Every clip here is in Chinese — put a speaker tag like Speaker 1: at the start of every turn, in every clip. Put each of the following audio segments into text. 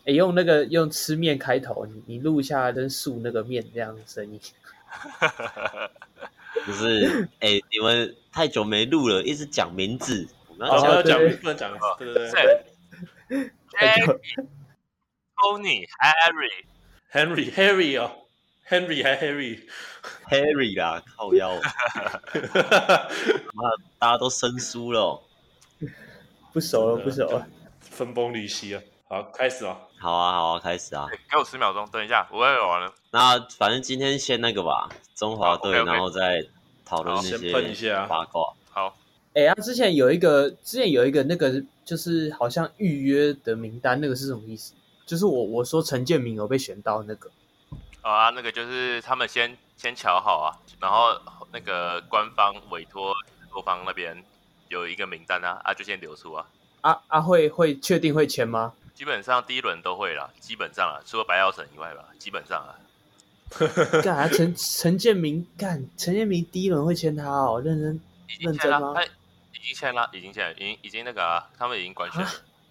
Speaker 1: 用吃面开头，你录一下跟素那个面这样的声音。
Speaker 2: 不是，你们太久没录了，一直讲名字，我们
Speaker 3: 要讲
Speaker 1: 对
Speaker 3: 不能讲，对。
Speaker 1: 太久
Speaker 3: Henry 哦 ，Henry 还
Speaker 2: Harry 啦，靠腰，妈，大家都生疏了，
Speaker 1: 不熟了。
Speaker 3: 分崩离析啊！好，开始哦。
Speaker 2: 好啊，开始啊！
Speaker 4: 给我10秒钟，等一下，我要完了。
Speaker 2: 那反正今天先那个吧，中华队，然后再讨论那
Speaker 3: 先喷一
Speaker 2: 些
Speaker 3: 下
Speaker 2: 八卦。
Speaker 4: 好，
Speaker 1: 之前有一个那个就是好像预约的名单，那个是什么意思？就是我说陈建明有被选到那个。
Speaker 4: 那个就是他们先瞧好啊，然后那个官方委托制作方那边有一个名单啊，就先流出啊。
Speaker 1: 会确定会签吗？
Speaker 4: 基本上第一轮都会啦，基本上啊，除了白耀成以外吧，基本上啊。
Speaker 1: 干陈建明第一轮会签他哦，认真吗？
Speaker 4: 已经签了，已经那个啊，他们已经官宣了。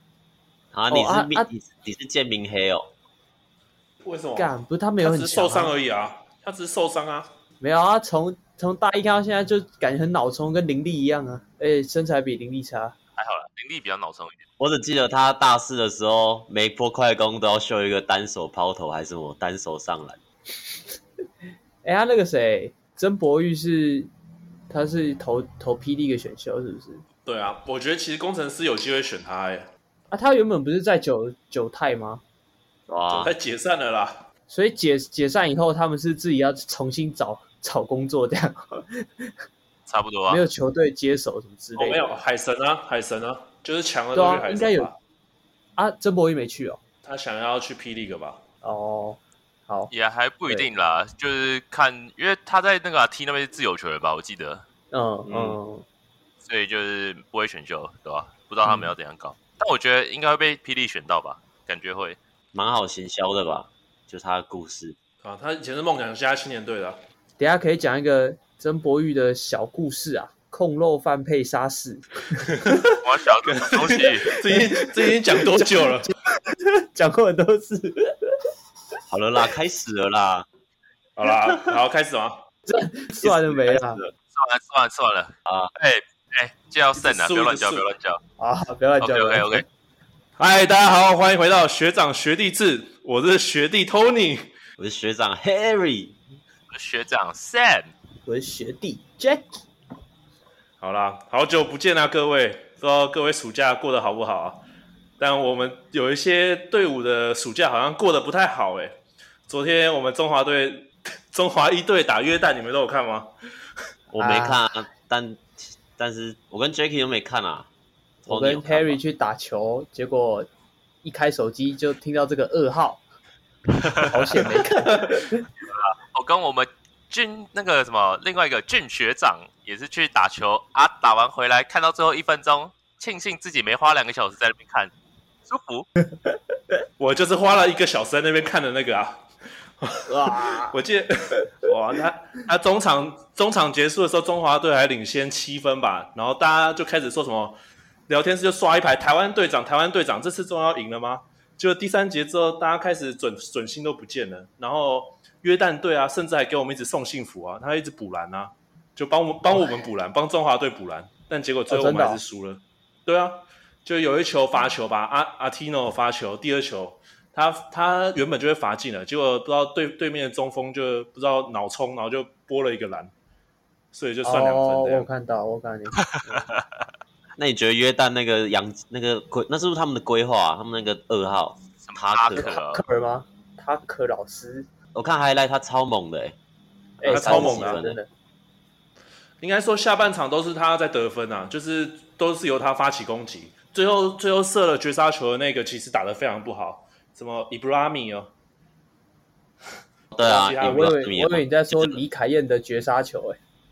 Speaker 2: 你是建明黑哦？
Speaker 3: 为什么？
Speaker 1: 干不是他没有很强，
Speaker 3: 他只是受伤而已啊，他只是受伤啊。
Speaker 1: 没有啊，从大一看到现在就感觉很脑冲，跟林立一样啊，身材比林立差。
Speaker 4: 还好啦，林立比较脑冲一点。
Speaker 2: 我只记得他大四的时候，每波快攻都要秀一个单手抛投，还是什么单手上篮。
Speaker 1: 他那个谁，曾博玉他是投霹雳的选秀是不是？
Speaker 3: 对啊，我觉得其实工程师有机会选他
Speaker 1: 他原本不是在九泰吗？
Speaker 2: 哇，
Speaker 3: 他解散了啦。
Speaker 1: 所以解散以后，他们是自己要重新找工作这样。
Speaker 4: 差不多啊，
Speaker 1: 没有球队接手什么之类的。
Speaker 3: 没有海神啊，就是强了都去海神吧。
Speaker 1: 应该有曾博玉没去哦。
Speaker 3: 他想要去霹雳个吧？
Speaker 1: 哦，好，
Speaker 4: 也还不一定啦，就是看，因为他在那个T 那边是自由球员吧，我记得。所以就是不会选秀，对吧？不知道他们要怎样搞，但我觉得应该会被霹雳选到吧，感觉会
Speaker 2: 蛮好行销的吧？就他的故事
Speaker 3: 啊，他以前是梦想家青年队的。
Speaker 1: 等一下可以讲一个曾博玉的小故事啊，控肉饭配沙士。
Speaker 4: 我小个东西，
Speaker 3: 这已经讲多久了？
Speaker 1: 讲过很多次。
Speaker 2: 好了啦，开始了啦。
Speaker 3: 好啦，好开始吗？
Speaker 1: 吃完了没啦？
Speaker 4: 吃完了啊！就要剩了，不要乱叫
Speaker 1: 啊！不要乱叫。
Speaker 4: OK。
Speaker 3: 嗨，大家好，欢迎回到学长学弟制，我是学弟 Tony，
Speaker 2: 我是学长 Harry，
Speaker 4: 我是学长 Sam，
Speaker 1: 我是学弟 Jack。
Speaker 3: 好啦，好久不见啦，各位，不知道各位暑假过得好不好啊？但我们有一些队伍的暑假好像过得不太好昨天我们中华一队打约旦，你们都有看吗？
Speaker 2: 我没看啊，但是我跟 Jackie 都没看啊。
Speaker 1: 我跟 Harry 去打球，结果一开手机就听到这个噩耗，好险没看。
Speaker 4: 我跟我们另外一个俊学长也是去打球啊，打完回来看到最后1分钟，庆幸自己没花2个小时在那边看，舒服。
Speaker 3: 我就是花了1个小时在那边看的那个啊。
Speaker 1: 哇！
Speaker 3: 我记得哇，他中场结束的时候，中华队还领先7分吧，然后大家就开始说什么聊天室就刷一排台湾队长，这次终于要赢了吗？结果第3节之后，大家开始准心都不见了，然后约旦队啊，甚至还给我们一直送幸福啊，他一直补篮啊，就帮我们补篮，帮中华队补篮，但结果最后我们还是输了。对啊，就有一球罚球吧，阿 Tino 罚球，第2球。他原本就会罚进了，结果不知道对面的中锋就不知道脑冲，然后就拨了一个篮，所以就算2分。
Speaker 1: 我有看到，
Speaker 2: 那你觉得约旦那个那是不是他们的规划啊？他们那个2号
Speaker 4: 塔
Speaker 1: 克吗？塔克老师，
Speaker 2: 我看 highlight 他超猛的
Speaker 3: 他超猛的
Speaker 1: 真的。
Speaker 3: 应该说下半场都是他在得分啊，就是都是由他发起攻击，最后射了绝杀球的那个其实打得非常不好。什么伊布拉米哦？
Speaker 2: 对啊，
Speaker 1: 我以为你在说李凯燕的绝杀球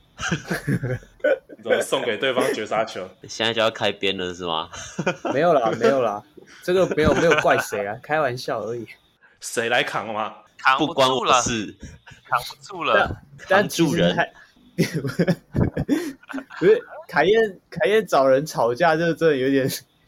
Speaker 3: 你怎么送给对方绝杀球？
Speaker 2: 现在就要开边了是吗？
Speaker 1: 没有啦，这个没有怪谁啊，开玩笑而已。
Speaker 3: 谁来扛吗？
Speaker 4: 扛
Speaker 2: 不关我的事，
Speaker 4: 扛不住了。
Speaker 1: 但主人不是凯燕找人吵架，这真的有点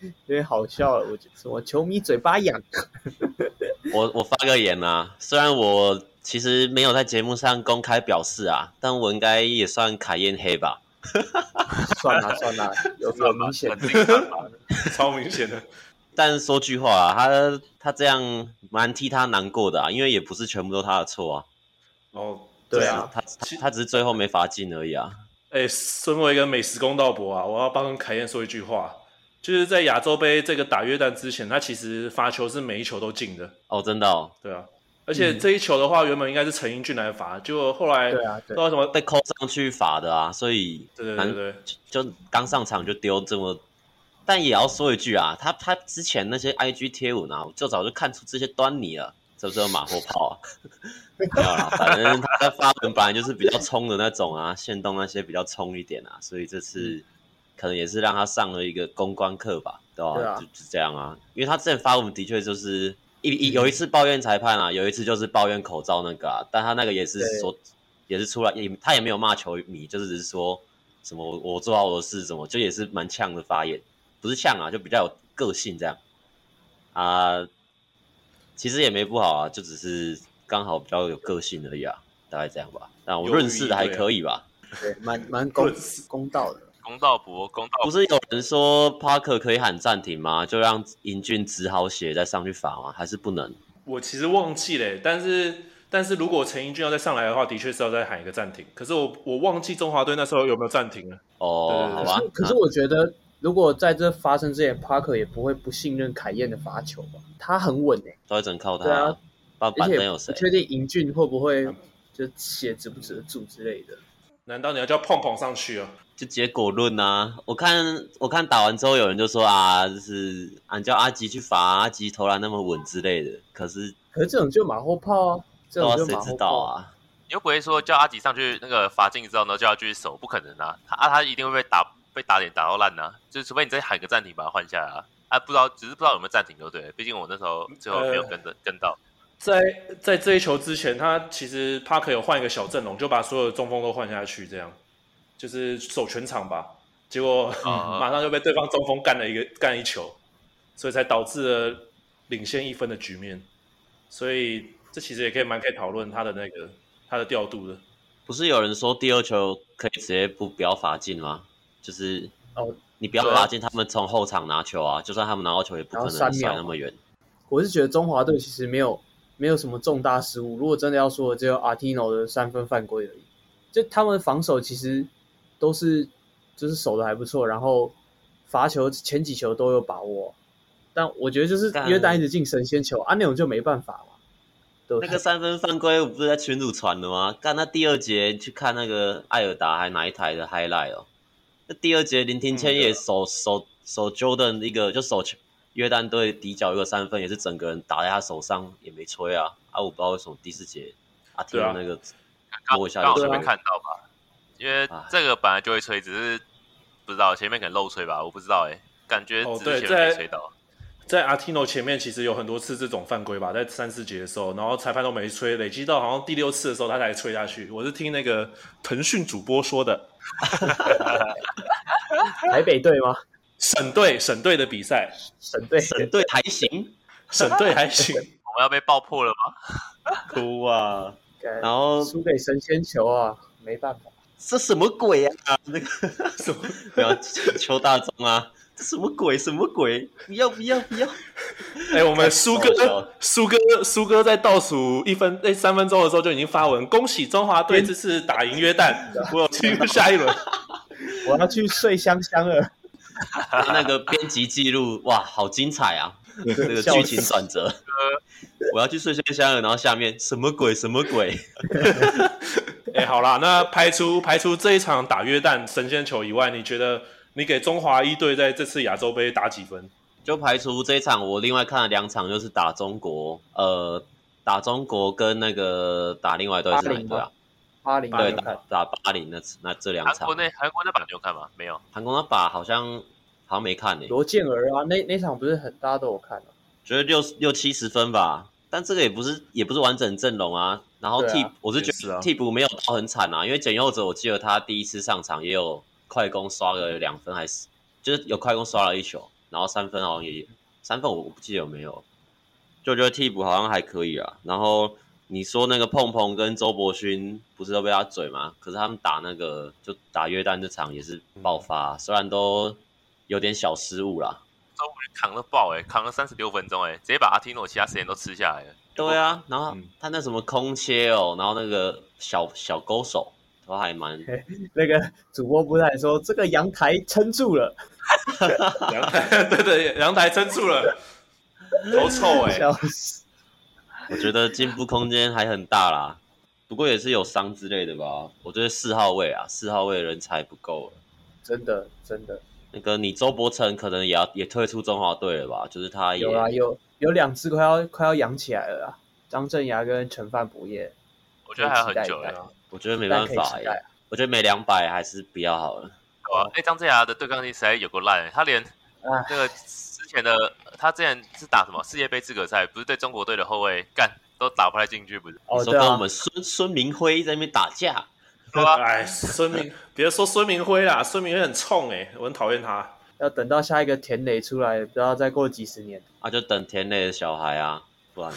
Speaker 1: 有点好笑了。我觉得什么球迷嘴巴痒。
Speaker 2: 我发个言啊，虽然我其实没有在节目上公开表示啊，但我应该也算凯燕黑吧。
Speaker 1: 算啦，有明显，
Speaker 3: 超明显的。
Speaker 2: 但说句话啊，他这样蛮替他难过的啊，因为也不是全部都他的错啊。
Speaker 3: 哦，
Speaker 1: 对啊，
Speaker 2: 他只是最后没罚进而已啊。
Speaker 3: 身为一个美食公道伯啊，我要帮凯燕说一句话，就是在亚洲杯这个打约旦之前，他其实罚球是每一球都进的。
Speaker 2: 哦，真的哦。
Speaker 3: 对啊，而且这一球的话，原本应该是陈英俊来罚，结果后来不知道什么
Speaker 2: 被扣上去罚的啊，所以
Speaker 3: 对，
Speaker 2: 就刚上场就丢这么。但也要说一句啊，他之前那些 IG 贴文啊，我就早就看出这些端倪了，是不是有马后炮啊？没有啦，反正他的发文本来就是比较冲的那种啊，限动那些比较冲一点啊，所以这次可能也是让他上了一个公关课吧，对吧？
Speaker 1: 对啊，
Speaker 2: 就这样啊，因为他之前发文的确就是有一次抱怨裁判啊，有一次就是抱怨口罩那个啊，但他那个也是说也是出来，他也没有骂球迷，就是只是说什么我做好我的事，什么就也是蛮呛的发言。不是呛啊，就比较有个性这样啊，其实也没不好啊，就只是刚好比较有个性而已啊，大概这样吧。但我认识的还可以吧？
Speaker 1: 对，蛮公道的。
Speaker 4: 公道不？
Speaker 2: 不是有人说 Parker 可以喊暂停吗？就让英俊只好写再上去罚吗？还是不能？
Speaker 3: 我其实忘记了，但是如果陈英俊要再上来的话，的确是要再喊一个暂停。可是我忘记中华队那时候有没有暂停了。
Speaker 2: 哦，好吧。
Speaker 1: 可是我觉得。如果在这发生之前 ，Parker 也不会不信任凯燕的罚球吧？他很稳
Speaker 2: 都会整靠他。
Speaker 1: 对啊，
Speaker 2: 板凳有谁？
Speaker 1: 不确定英俊会不会就血止不止得住之类的。
Speaker 3: 难道你要叫碰碰上去啊？
Speaker 2: 就结果论啊！我看打完之后有人就说啊，就是俺叫阿吉去罚，阿吉投篮那么稳之类的。可是
Speaker 1: 这种就马后炮啊，这种就马后炮。
Speaker 2: 谁知道啊？
Speaker 4: 你又不会说叫阿吉上去那个罚进之后呢，叫他继续守，不可能啊！他一定会被打脸打到烂啊！就是除非你再喊个暂停把他换下来啊！不知道，只是不知道有没有暂停就对了。毕竟我那时候最后没有跟到。
Speaker 3: 在这一球之前，他其实 Parker 有换一个小阵容，就把所有的中锋都换下去，这样就是守全场吧。结果马上就被对方中锋干一球，所以才导致了领先1分的局面。所以这其实也可以讨论他的调度的。
Speaker 2: 不是有人说第二球可以直接不要罚进吗？就是你不要罚进，他们从后场拿球啊，就算他们拿到球也不可能甩那么远。
Speaker 1: 我是觉得中华队其实没有什么重大失误，如果真的要说，只有 Artino 的3分犯规而已。就他们防守其实都是就是守的还不错，然后罚球前几球都有把握，但我觉得就是约旦一直进神仙球，那种就没办法嘛。
Speaker 2: 那个3分犯规，我不是在群组传的吗？干那第二节去看那个艾尔达还哪一台的 highlight 哦？那第二节林庭谦也守 Jordan 一个就守约旦队底角一个3分，也是整个人打在他手上也没吹啊！我不知道为什么第4节踢那个摸一下就吹。
Speaker 4: 刚没看到吧？因为这个本来就会吹，只是不知道前面可能漏吹吧，我不知道感觉只是前面没吹到。
Speaker 3: 在 Artino 前面其实有很多次这种犯规吧，在3、4节的时候，然后裁判都没吹，累积到好像第6次的时候他才吹下去。我是听那个腾讯主播说的。
Speaker 1: 台北队吗？
Speaker 3: 省队的比赛，
Speaker 2: 省队还行，
Speaker 3: 省队还行。
Speaker 4: 我们要被爆破了吗？
Speaker 2: 哭啊！然后
Speaker 1: 输给神仙球啊，没办法。
Speaker 2: 这什么鬼啊？那个什么？不要邱大中啊！这什么鬼？不要！
Speaker 3: 我们苏哥在倒数3分钟的时候就已经发文，恭喜中华队这次打赢约旦，我有进入下一轮。
Speaker 1: 我要去睡香香了。
Speaker 2: 那个编辑记录哇，好精彩啊！这个剧情转折，我要去睡香香了，然后下面什么鬼？
Speaker 3: 好啦，那排除这一场打约旦神仙球以外，你觉得你给中华一队在这次亚洲杯打几分？
Speaker 2: 就排除这一场，我另外看了2场，就是打中国跟那个打另外一队是哪一队啊？80对，打80那这2场。
Speaker 4: 韩国那把你有看吗？没有，
Speaker 2: 韩国那把好像没看
Speaker 1: 罗健儿啊，那场不是大家都有看
Speaker 2: 觉得60-70分吧，但这个也不是完整阵容啊。然后我是觉得替补没有到很惨啊，因为简佑哲我记得他第一次上场也有快攻刷了2分，还是就是有快攻刷了1球。 然后三分好像三分我不记得有没有，就觉得替补好像还可以啊。然后你说那个碰碰跟周伯勋不是都被他嘴吗？可是他们打那个就打约旦这场也是爆发，虽然都有点小失误啦。
Speaker 4: 周伯勋扛了爆扛了36分钟直接把阿提诺其他时间都吃下来了。
Speaker 2: 对啊，然后他那什么空切然后那个小勾手都还蛮。
Speaker 1: 那个主播不是还说这个阳台撑住了，
Speaker 3: 阳台对，阳台撑住了，好臭
Speaker 1: 笑死！
Speaker 2: 我觉得进步空间还很大啦，不过也是有伤之类的吧。我觉得4号位人才不够了，
Speaker 1: 真的。
Speaker 2: 那个你周伯成可能也退出中华队了吧？就是他也
Speaker 1: 有2只快要养起来了啦，张镇衙跟陈范博业，
Speaker 4: 我觉得还有很久了。
Speaker 2: 我觉得没办法我觉得每200还是不要好了。
Speaker 4: 张镇衙的对抗力实在有够烂他连那个之前的他之前是打什么世界杯资格赛，不是对中国队的后卫都打不太进去，不是？
Speaker 2: 你说跟我们孙明辉在那边打架。
Speaker 3: 哎，别说孙明辉啦，孙明辉很冲我很讨厌他。
Speaker 1: 要等到下一个田磊出来，不知道再过几十年
Speaker 2: 就等田磊的小孩啊，不然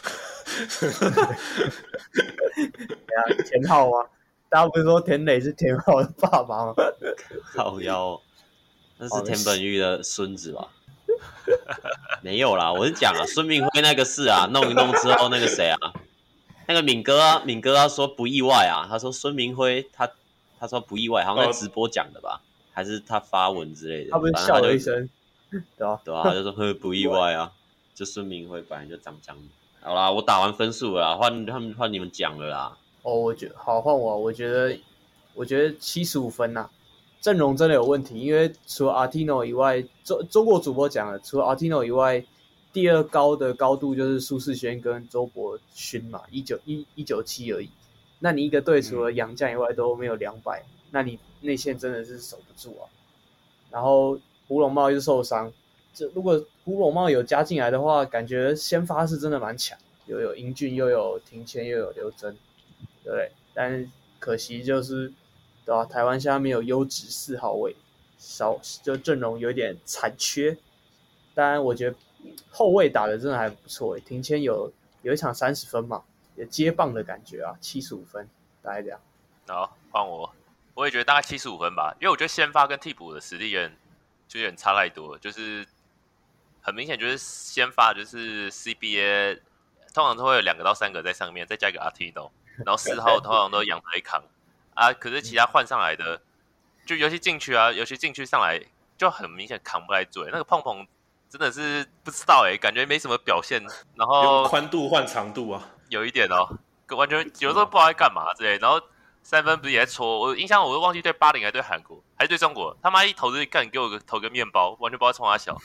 Speaker 1: 田浩啊，大家不是说田磊是田浩的爸爸吗？
Speaker 2: 靠腰那是田本玉的孙子吧？没有啦，我是讲孙明辉那个事弄一弄之后那个谁那个敏哥他说不意外他说孙明辉他说不意外，好像在直播讲的吧，还是他发文之类的。
Speaker 1: 他不是笑了一声，对啊，
Speaker 2: 他就说不意外就孙明辉本来就脏脏的。好啦，我打完分数了啦，换你们讲了啦。
Speaker 1: 我觉得好换我，我觉得75分呐，阵容真的有问题，因为除了 Artino 以外，中国主播讲了，除了 Artino 以外。第二高的高度就是苏世轩跟周伯勋嘛，197而已。那你一个队除了洋将以外都没有200，那你内线真的是守不住然后胡龙茂又受伤，如果胡龙茂有加进来的话，感觉先发是真的蛮强，又有英俊，又有庭谦，又有刘真，对不对？但是可惜就是，对吧？台湾现在没有优质4号位，就阵容有点残缺。当然，我觉得。后卫打的真的还不错庭谦有一场30分嘛，有接棒的感觉75分，大概这样。
Speaker 4: 好，换我也觉得大概75分吧，因为我觉得先发跟替补的实力有点差太多了，就是很明显就是先发就是 CBA 通常都会有2个到3个在上面，再加一个 Artino， 然后4号通常都阳台扛可是其他换上来的，就尤其禁区上来就很明显扛不来嘴，那个碰碰。真的是不知道感觉没什么表现，然后
Speaker 3: 用宽度换长度
Speaker 4: 有一点完全有时候不知道在干嘛之类，然后3分不是也在戳，我印象我都忘记对80还是对韩国还是对中国，他妈一投就给我投个面包，完全不知道冲他小，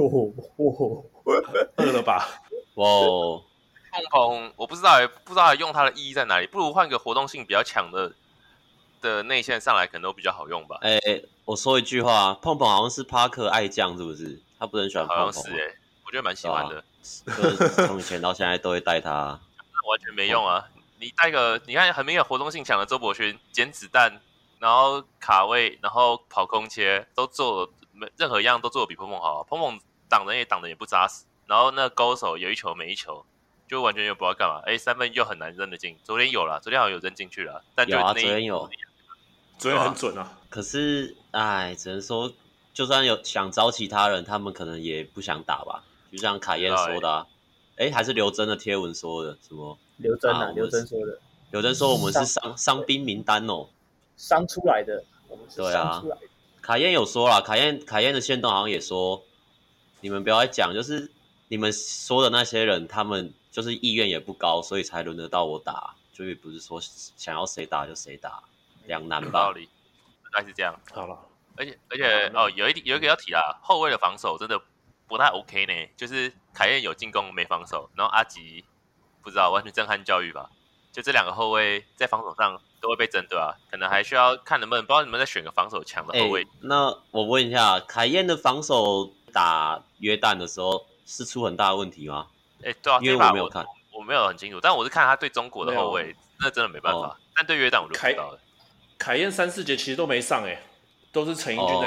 Speaker 3: 饿了吧？
Speaker 4: 碰碰我不知道用它的意义在哪里，不如换个活动性比较强的内线上来可能都比较好用吧。
Speaker 2: 我说一句话，碰碰好像是帕克爱将是不是？他不是很喜欢碰碰，
Speaker 4: 好像是我觉得蛮喜欢的。
Speaker 2: 就是从以前到现在都会带他，
Speaker 4: 完全没用你带个，你看很明显活动性强的周伯勋，捡子弹，然后卡位，然后跑空切，都做任何一样都做得比碰碰好。碰碰挡人也挡得也不扎实，然后那个勾手有一球没一球，就完全又不知道干嘛。3分又很难扔得进，昨天有啦，昨天好像有扔进去了，但就
Speaker 2: 昨天有，
Speaker 3: 昨天很准
Speaker 2: 可是只能说。就算有想招其他人，他们可能也不想打吧。就像凯燕说的还是刘真的贴文说的，什么
Speaker 1: 刘真刘真说的。
Speaker 2: 刘真说我们是伤兵名单
Speaker 1: 伤出来的，我们是伤出来的。
Speaker 2: 凯燕有说啦，凯燕的限动好像也说，你们不要再讲，就是你们说的那些人，他们就是意愿也不高，所以才轮得到我打，就也不是说想要谁打就谁打，两难吧？
Speaker 4: 道理，大概是这样。
Speaker 3: 好了。
Speaker 4: 而且有一个要提啦，后卫的防守真的不太 OK 呢。就是凯燕有进攻没防守，然后阿吉不知道完全震撼教育吧。就这2个后卫在防守上都会被针对可能还需要看能不能，不知道你们再选个防守强的后卫。
Speaker 2: 那我问一下，凯燕的防守打约旦的时候是出很大的问题吗？
Speaker 4: 对啊，
Speaker 2: 因为我没有看，
Speaker 4: 我没有很清楚，但我是看他对中国的后卫，那真的没办法。但对约旦我就不知道了。
Speaker 3: 凯燕3、4节其实都没上都是陈英俊在扛。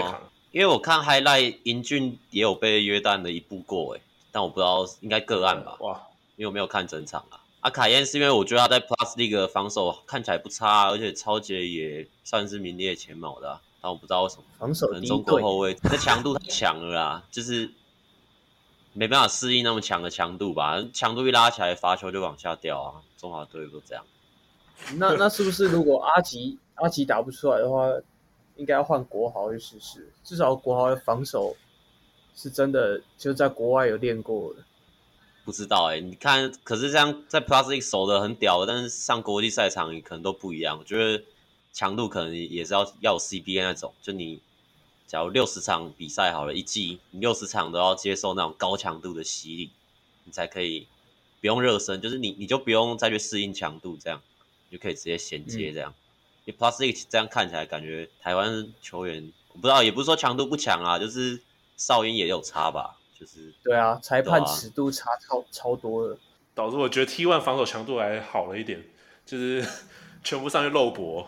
Speaker 2: 因为我看 highlight 英俊也有被约旦的一步过但我不知道应该个案吧，
Speaker 3: 哇，
Speaker 2: 因为我没有看整场啊。凯燕是因为我觉得他在 Plus League 的防守看起来不差，而且超杰也算是名列前茅的但我不知道为什么
Speaker 1: 防守
Speaker 2: 可能中国后卫那强度太强了啦，就是没办法适应那么强的强度吧，强度一拉起来罚球就往下掉啊，中华队都这样。
Speaker 1: 那是不是如果阿吉打不出来的话，应该要换国豪去试试？至少国豪的防守是真的就在国外有练过的。
Speaker 2: 不知道你看，可是这样在 Plus League 守的很屌，但是上国际赛场可能都不一样。我觉得强度可能也是要有 CBA 那种，就你假如60场比赛好了，一季你60场都要接受那种高强度的洗礼，你才可以不用热身，就是你就不用再去适应强度，这样你就可以直接衔接这样。因为 Plus League 这样看起来感觉台湾球员，我不知道，也不是说强度不强啊，就是哨音也有差吧。就是
Speaker 1: 对啊，裁判尺度差超多的，
Speaker 3: 导致我觉得 T1 防守强度还好了一点，就是全部上去肉搏，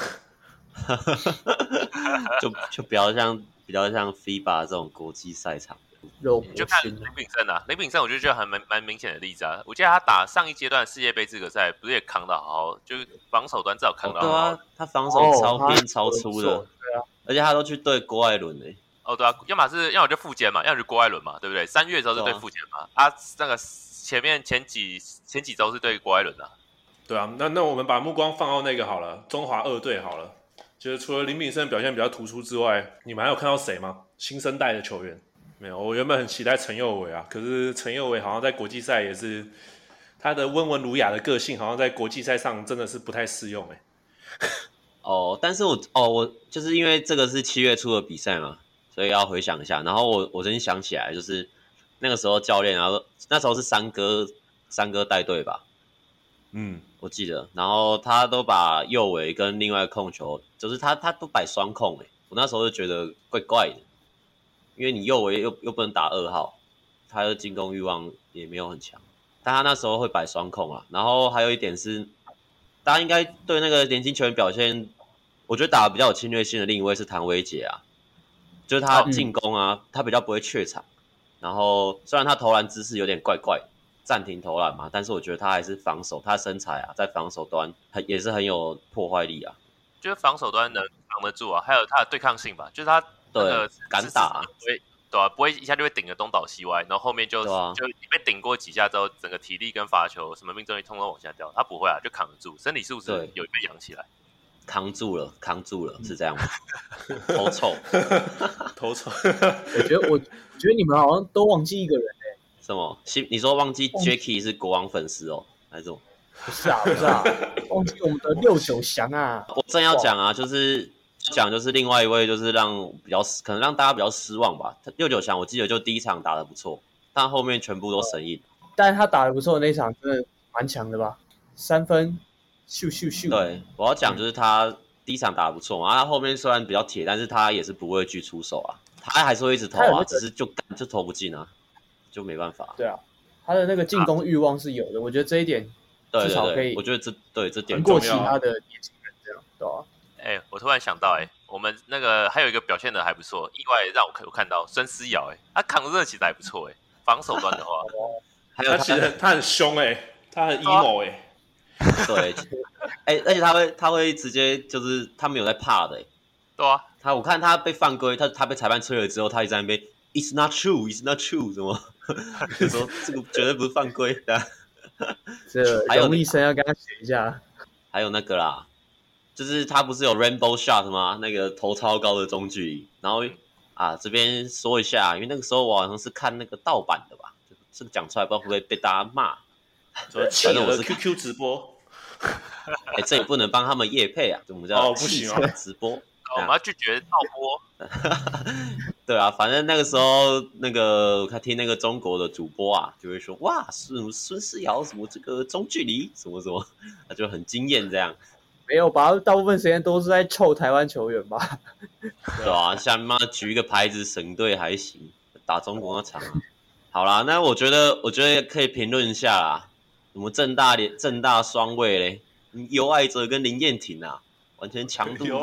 Speaker 2: 就比较像FIBA 这种国际赛场
Speaker 1: 肉搏。
Speaker 4: 就看林炳胜啊，林炳胜我就觉得还蛮明显的例子啊。我记得他打上一阶段世界杯资格赛，不是也扛得好好，就是防守端至少扛得好好。
Speaker 2: 对啊，他防守超边超粗的，
Speaker 1: 对啊，
Speaker 2: 而且他都去对郭艾伦
Speaker 4: 对啊，要么就富坚嘛，要么就郭艾伦嘛，对不对？3月的时候是对富坚嘛，那个前几周是对郭艾伦的。
Speaker 3: 对啊，那我们把目光放到那个好了，中华2队好了，就是除了林炳胜表现比较突出之外，你们还有看到谁吗？新生代的球员没有？我原本很期待陈佑伟啊，可是陈佑伟好像在国际赛也是他的温文儒雅的个性，好像在国际赛上真的是不太适用
Speaker 2: 但是我就是因为这个是7月初的比赛嘛。所以要回想一下，然后我真想起来，就是那个时候教练，然后那时候是三哥带队吧，我记得，然后他都把右维跟另外控球，就是他都摆双控我那时候就觉得怪怪的，因为你右维又不能打2号，他的进攻欲望也没有很强，但他那时候会摆双控啊，然后还有一点是，大家应该对那个年轻球员表现，我觉得打得比较有侵略性的另一位是谭维杰啊。就是他进攻他比较不会怯场，然后虽然他投篮姿势有点怪怪，暂停投篮嘛，但是我觉得他还是防守，他的身材在防守端也是很有破坏力啊。
Speaker 4: 就是防守端能扛得住啊，还有他的对抗性吧，就是他那个
Speaker 2: 敢打
Speaker 4: 对啊，不会一下就会顶个东倒西歪，然后后面就你被顶过几下之后，整个体力跟罚球什么命中率通通往下掉，他不会就扛得住，身体素质有被养起来。
Speaker 2: 扛住了，是这样吗？头臭。
Speaker 1: 我觉得你们好像都忘记一个人
Speaker 2: 什么？你说忘记 Jacky 是国王粉丝还是什么？
Speaker 1: 不是啊，忘记我们的69翔啊！
Speaker 2: 我正要讲啊，就是另外一位，就是可能让大家比较失望吧。69翔我记得就第一场打得不错，但后面全部都神印。
Speaker 1: 但他打得不错的那场真的蛮强的吧？3分。咻！
Speaker 2: 对，我要讲就是他第一场打得不错嘛，他后面虽然比较铁，但是他也是不畏惧出手他还是会一直投只是就投不进就没办法。
Speaker 1: 对啊，他的那个进攻欲望是有的，我觉得这一点至少可以，
Speaker 2: 我觉得这点
Speaker 1: 过其他的年轻人这样，对
Speaker 4: 吧？我突然想到我们那个还有一个表现的还不错，意外让我看到孙思尧他扛着其实还不错防守端的话，
Speaker 3: 还有他很凶他很 emo
Speaker 2: 对，而且他会直接就是他没有在怕的
Speaker 4: 对啊，
Speaker 2: 我看他被犯规，他被裁判吹了之后，他一直在那边 It's not true 什么，就说这个绝对不是犯规的。
Speaker 1: 这荣立生要跟他学一下。
Speaker 2: 还有那个啦，就是他不是有 Rainbow Shot 吗？那个投超高的中距离，然后这边说一下，因为那个时候我好像是看那个盗版的吧，这个讲出来不知道会不会被大家骂。
Speaker 3: 反正我是 QQ 直播，
Speaker 2: 这也不能帮他们业配啊，我们叫
Speaker 3: 不行
Speaker 2: 直播，
Speaker 4: 我们要拒绝盗播。
Speaker 2: 对啊，反正那个时候我听那个中国的主播就会说哇，孙思尧什么这个中距离什么，他就很惊艳这样。
Speaker 1: 没有吧？大部分时间都是在臭台湾球员吧？
Speaker 2: 对啊，像妈举一个牌子，省队还行，打中国那场好啦，那我觉得可以评论一下啦。什么正大双卫嘞？尤爱哲跟林彦廷完全强度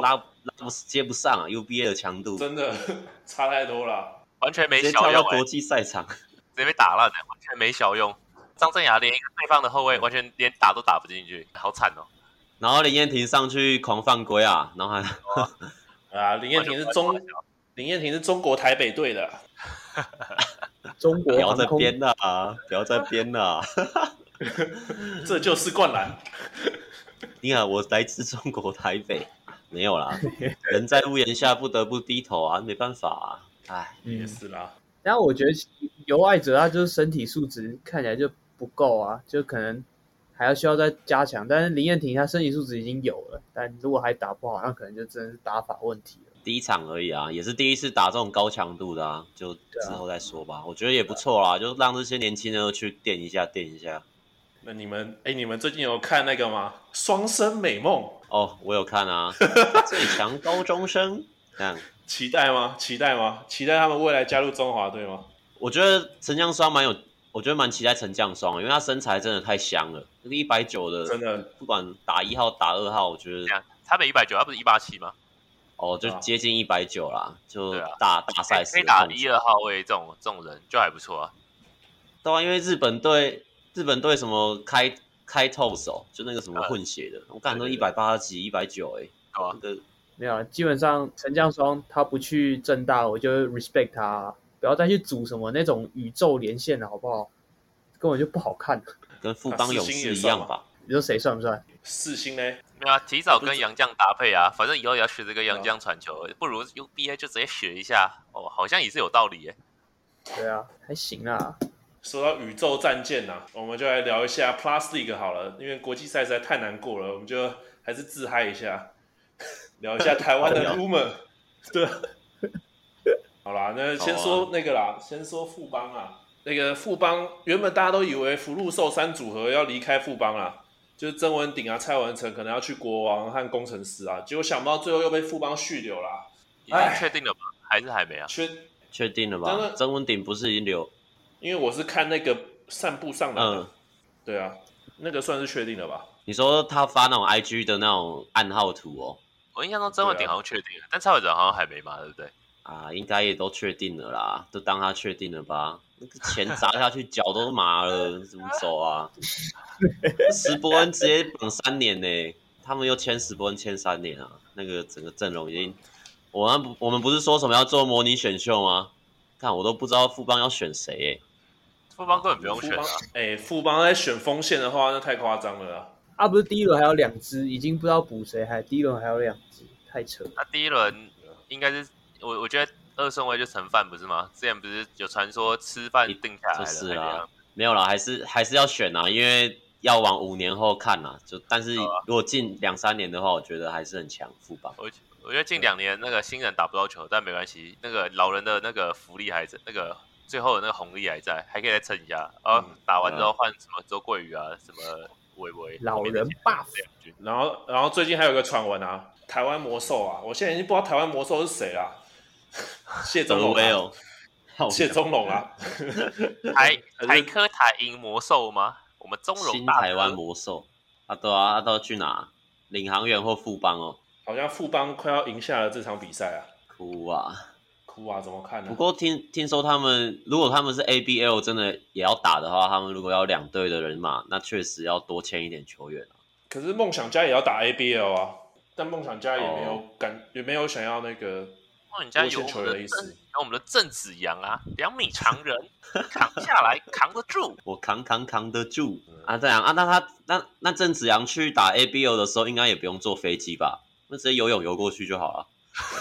Speaker 2: 接不上啊 ，UBA 的强度
Speaker 3: 真的差太多了，
Speaker 4: 完全没
Speaker 2: 直接
Speaker 4: 小用、
Speaker 2: 跳到国际赛场，
Speaker 4: 直接被打烂了，完全没小用。张镇雅连一个对方的后卫完全连打都打不进去，好惨哦。
Speaker 2: 然后林彦廷上去狂犯规啊，然后还
Speaker 3: 林彦廷是中国台北队的，
Speaker 1: 中国
Speaker 2: 不要再
Speaker 1: 航空
Speaker 2: 编了啊，不要再编了啊。
Speaker 3: 这就是灌篮。
Speaker 2: 你看，我来自中国台北，没有啦，人在屋檐下不得不低头啊，没办法啊，哎，
Speaker 3: 也是啦。
Speaker 1: 然后我觉得尤爱哲他就是身体素质看起来就不够啊，就可能还要需要再加强。但是林彦廷他身体素质已经有了，但如果还打不好，那可能就真的是打法问题了。
Speaker 2: 第一场而已啊，也是第一次打这种高强度的啊，就之后再说吧。我觉得也不错啦，就让这些年轻人去垫一下。
Speaker 3: 那你们最近有看那个吗？双生美梦
Speaker 2: 哦，我有看啊，最强高中生，这样
Speaker 3: 期待吗？期待他们未来加入中华队吗？
Speaker 2: 我觉得陈将双我觉得蛮期待陈将双，因为他身材真的太香了，那个190的，
Speaker 3: 真的
Speaker 2: 不管打1号打2号，我觉得
Speaker 4: 他没190，他不是187吗？
Speaker 2: 哦，就接近190啦，就大赛事
Speaker 4: 可以打1、2号位这种人就还不错啊。
Speaker 2: 对啊，因为日本队什么开透手，就那个什么混血的，我感觉都180几、190哎，
Speaker 1: 没有，基本上陈将双他不去政大，我就 respect 他，不要再去组什么那种宇宙连线了，好不好？根本就不好看，
Speaker 2: 跟富邦勇士一样吧？
Speaker 1: 你说谁算不算？
Speaker 3: 世新呢？
Speaker 4: 没有啊，提早跟洋将搭配啊，反正以后也要学这个洋将传球，不如 UBA 就直接学一下哦，好像也是有道理耶。
Speaker 1: 对啊，还行啊。
Speaker 3: 说到宇宙战舰啊，我们就来聊一下 Plus League 好了，因为国际赛实在太难过了，我们就还是自嗨一下，聊一下台湾的 rumor。对，好啦，那先说那个啦，先说富邦啊。那个富邦原本大家都以为福禄寿3组合要离开富邦啦，就是曾文鼎啊、蔡文成可能要去国王和工程师啊，结果想不到最后又被富邦续留啦。
Speaker 4: 已经确定了吗？还是还没啊？
Speaker 2: 确定了吧？曾文鼎不是已经留？
Speaker 3: 因为我是看那个散步上来的，对啊，那个算是确定了吧？
Speaker 2: 你说他发那种 IG 的那种暗号图哦？
Speaker 4: 我印象中曾文鼎好像确定了，但蔡伟哲好像还没嘛，对不对？
Speaker 2: 啊，应该也都确定了啦，都当他确定了吧？那个钱砸下去，脚都麻了，怎么走啊？史伯恩直接绑3年呢，他们又签史伯恩签3年啊，那个整个阵容已经，我们不是说什么要做模拟选秀吗？看我都不知道富邦要选谁
Speaker 4: 富邦根本不用选啊！
Speaker 3: 富邦在选锋线的话，那太夸张了啦。
Speaker 1: 啊，不是第一轮还有2支，已经不知道补谁，还第一轮还有2支，太扯了。
Speaker 4: 那第一轮应该是我觉得2顺位就陈范不是吗？之前不是有传说吃饭定下来了？
Speaker 2: 就是啦，没有啦，还是要选啊，因为要往5年后看啦。但是如果近2-3年的话，我觉得还是很强富邦。
Speaker 4: 我觉得近2年那个新人打不到球，但没关系，那个老人的那个福利还在，那个最后的那个红利还在，还可以再撑一下。打完之后换什么周桂宇啊，什么维
Speaker 1: 老人 buff。
Speaker 3: 然后最近还有一个传闻啊，台湾魔兽啊，我现在已经不知道台湾魔兽是谁啦。谢宗龙啊，谢宗龙啊，
Speaker 4: 台科台银魔兽吗？我们中荣
Speaker 2: 新台湾魔兽啊，对啊，都去哪？领航员或富邦哦？
Speaker 3: 好像富邦快要赢下了这场比赛啊！
Speaker 2: 哭啊，
Speaker 3: 怎么看呢？
Speaker 2: 不过听说他们如果他们是 ABL 真的也要打的话，他们如果要2队的人马，那确实要多签一点球员啊。
Speaker 3: 可是梦想家也要打 ABL 啊，但梦想家也没有想要那个多签球员的意思。
Speaker 4: 有我们的郑子阳啊，2米长人扛下来扛得住，
Speaker 2: 我扛得住啊！这样啊，那郑子阳去打 ABL 的时候，应该也不用坐飞机吧？那直接游泳游过去就好了。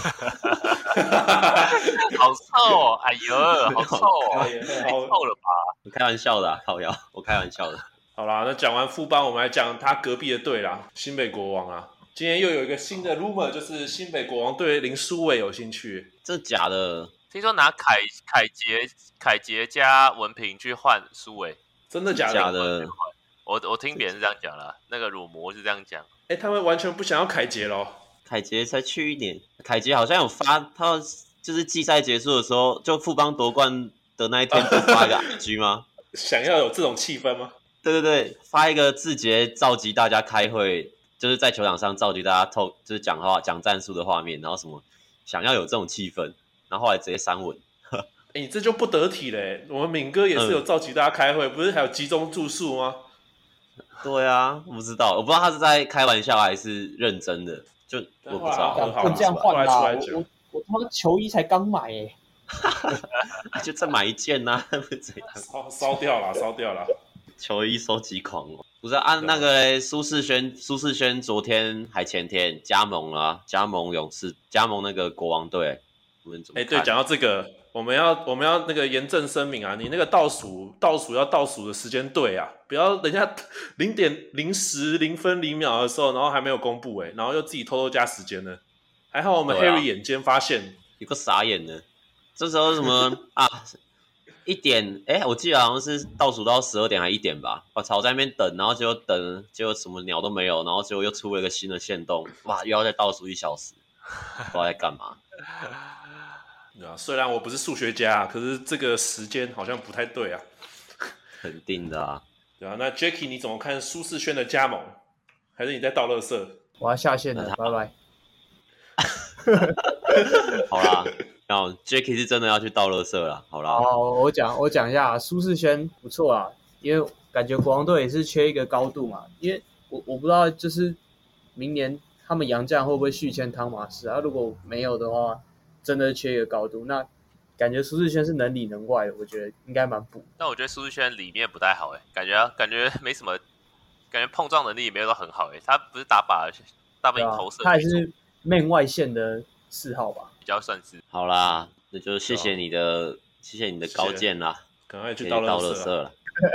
Speaker 4: 好臭哦！哎呦，好臭哦！太臭了吧？
Speaker 2: 我开玩笑的啊，靠腰，我开玩笑的。
Speaker 3: 好啦，那讲完富邦，我们来讲他隔壁的队啦，新北国王啊。今天又有一个新的 rumor， 就是新北国王对林书伟有兴趣。
Speaker 2: 这假的？
Speaker 4: 听说拿凯杰加文凭去换苏伟，
Speaker 3: 真的假的？
Speaker 2: 假的。
Speaker 4: 我听别人是这样讲啦，那个乳魔是这样讲。
Speaker 3: 他们完全不想要凯杰咯。
Speaker 2: 凯杰才去1年，凯杰好像有发，他就是季赛结束的时候，就富邦夺冠的那一天，就发一个 IG 吗？
Speaker 3: 想要有这种气氛吗？
Speaker 2: 对，发一个字节召集大家开会， 就是在球场上召集大家就是讲话讲战术的画面，然后什么想要有这种气氛，然后后来直接删文。
Speaker 3: 你这就不得体嘞！我们敏哥也是有召集大家开会，不是还有集中住宿吗？
Speaker 2: 对啊，我不知道他是在开玩笑还是认真的，就我不知道。
Speaker 1: 不这样换啦！我他妈球衣才刚买耶，
Speaker 2: 就再买一件呐，不怎样。
Speaker 3: 烧掉了！
Speaker 2: 球衣收集狂哦！不是按那个苏世轩昨天还前天加盟了，加盟勇士，加盟那个国王队。我们怎么看？
Speaker 3: 对，讲到这个，我们要那个严正声明啊，你那个倒数要倒数的时间对啊，不要人家0.000的时候，然后还没有公布然后又自己偷偷加时间呢。还好我们 Harry 眼尖发现，
Speaker 2: 有个傻眼的，这时候什么啊？1点，我记得好像是倒数到12点还1点吧。我操，在那边等，然后结果什么鸟都没有，然后结果又出了一个新的限动，哇，又要再倒数1小时，不知道在干嘛。
Speaker 3: 虽然我不是数学家，可是这个时间好像不太对啊。
Speaker 2: 肯定的啊。
Speaker 3: 对啊，那 Jacky 你怎么看苏世轩的加盟？还是你在倒垃圾？
Speaker 1: 我要下线了，拜拜。
Speaker 2: 好啦，然后 Jacky 是真的要去倒垃圾了。好啦，
Speaker 1: 我讲一下，苏世轩不错啊，因为感觉国王队也是缺一个高度嘛。因为我不知道，就是明年他们洋将会不会续签汤马斯啊？如果没有的话，真的缺一个高度。那感觉苏世轩是能里能外的，我觉得应该蛮补。
Speaker 4: 但我觉得苏世轩里面不太好感觉没什么，感觉碰撞能力也没有到很好他不是打靶，大部分投射。
Speaker 1: 他还是面外线的4号吧，
Speaker 4: 比较算是。
Speaker 2: 好啦，那就谢谢你的高见啦，
Speaker 3: 赶快去倒垃圾了。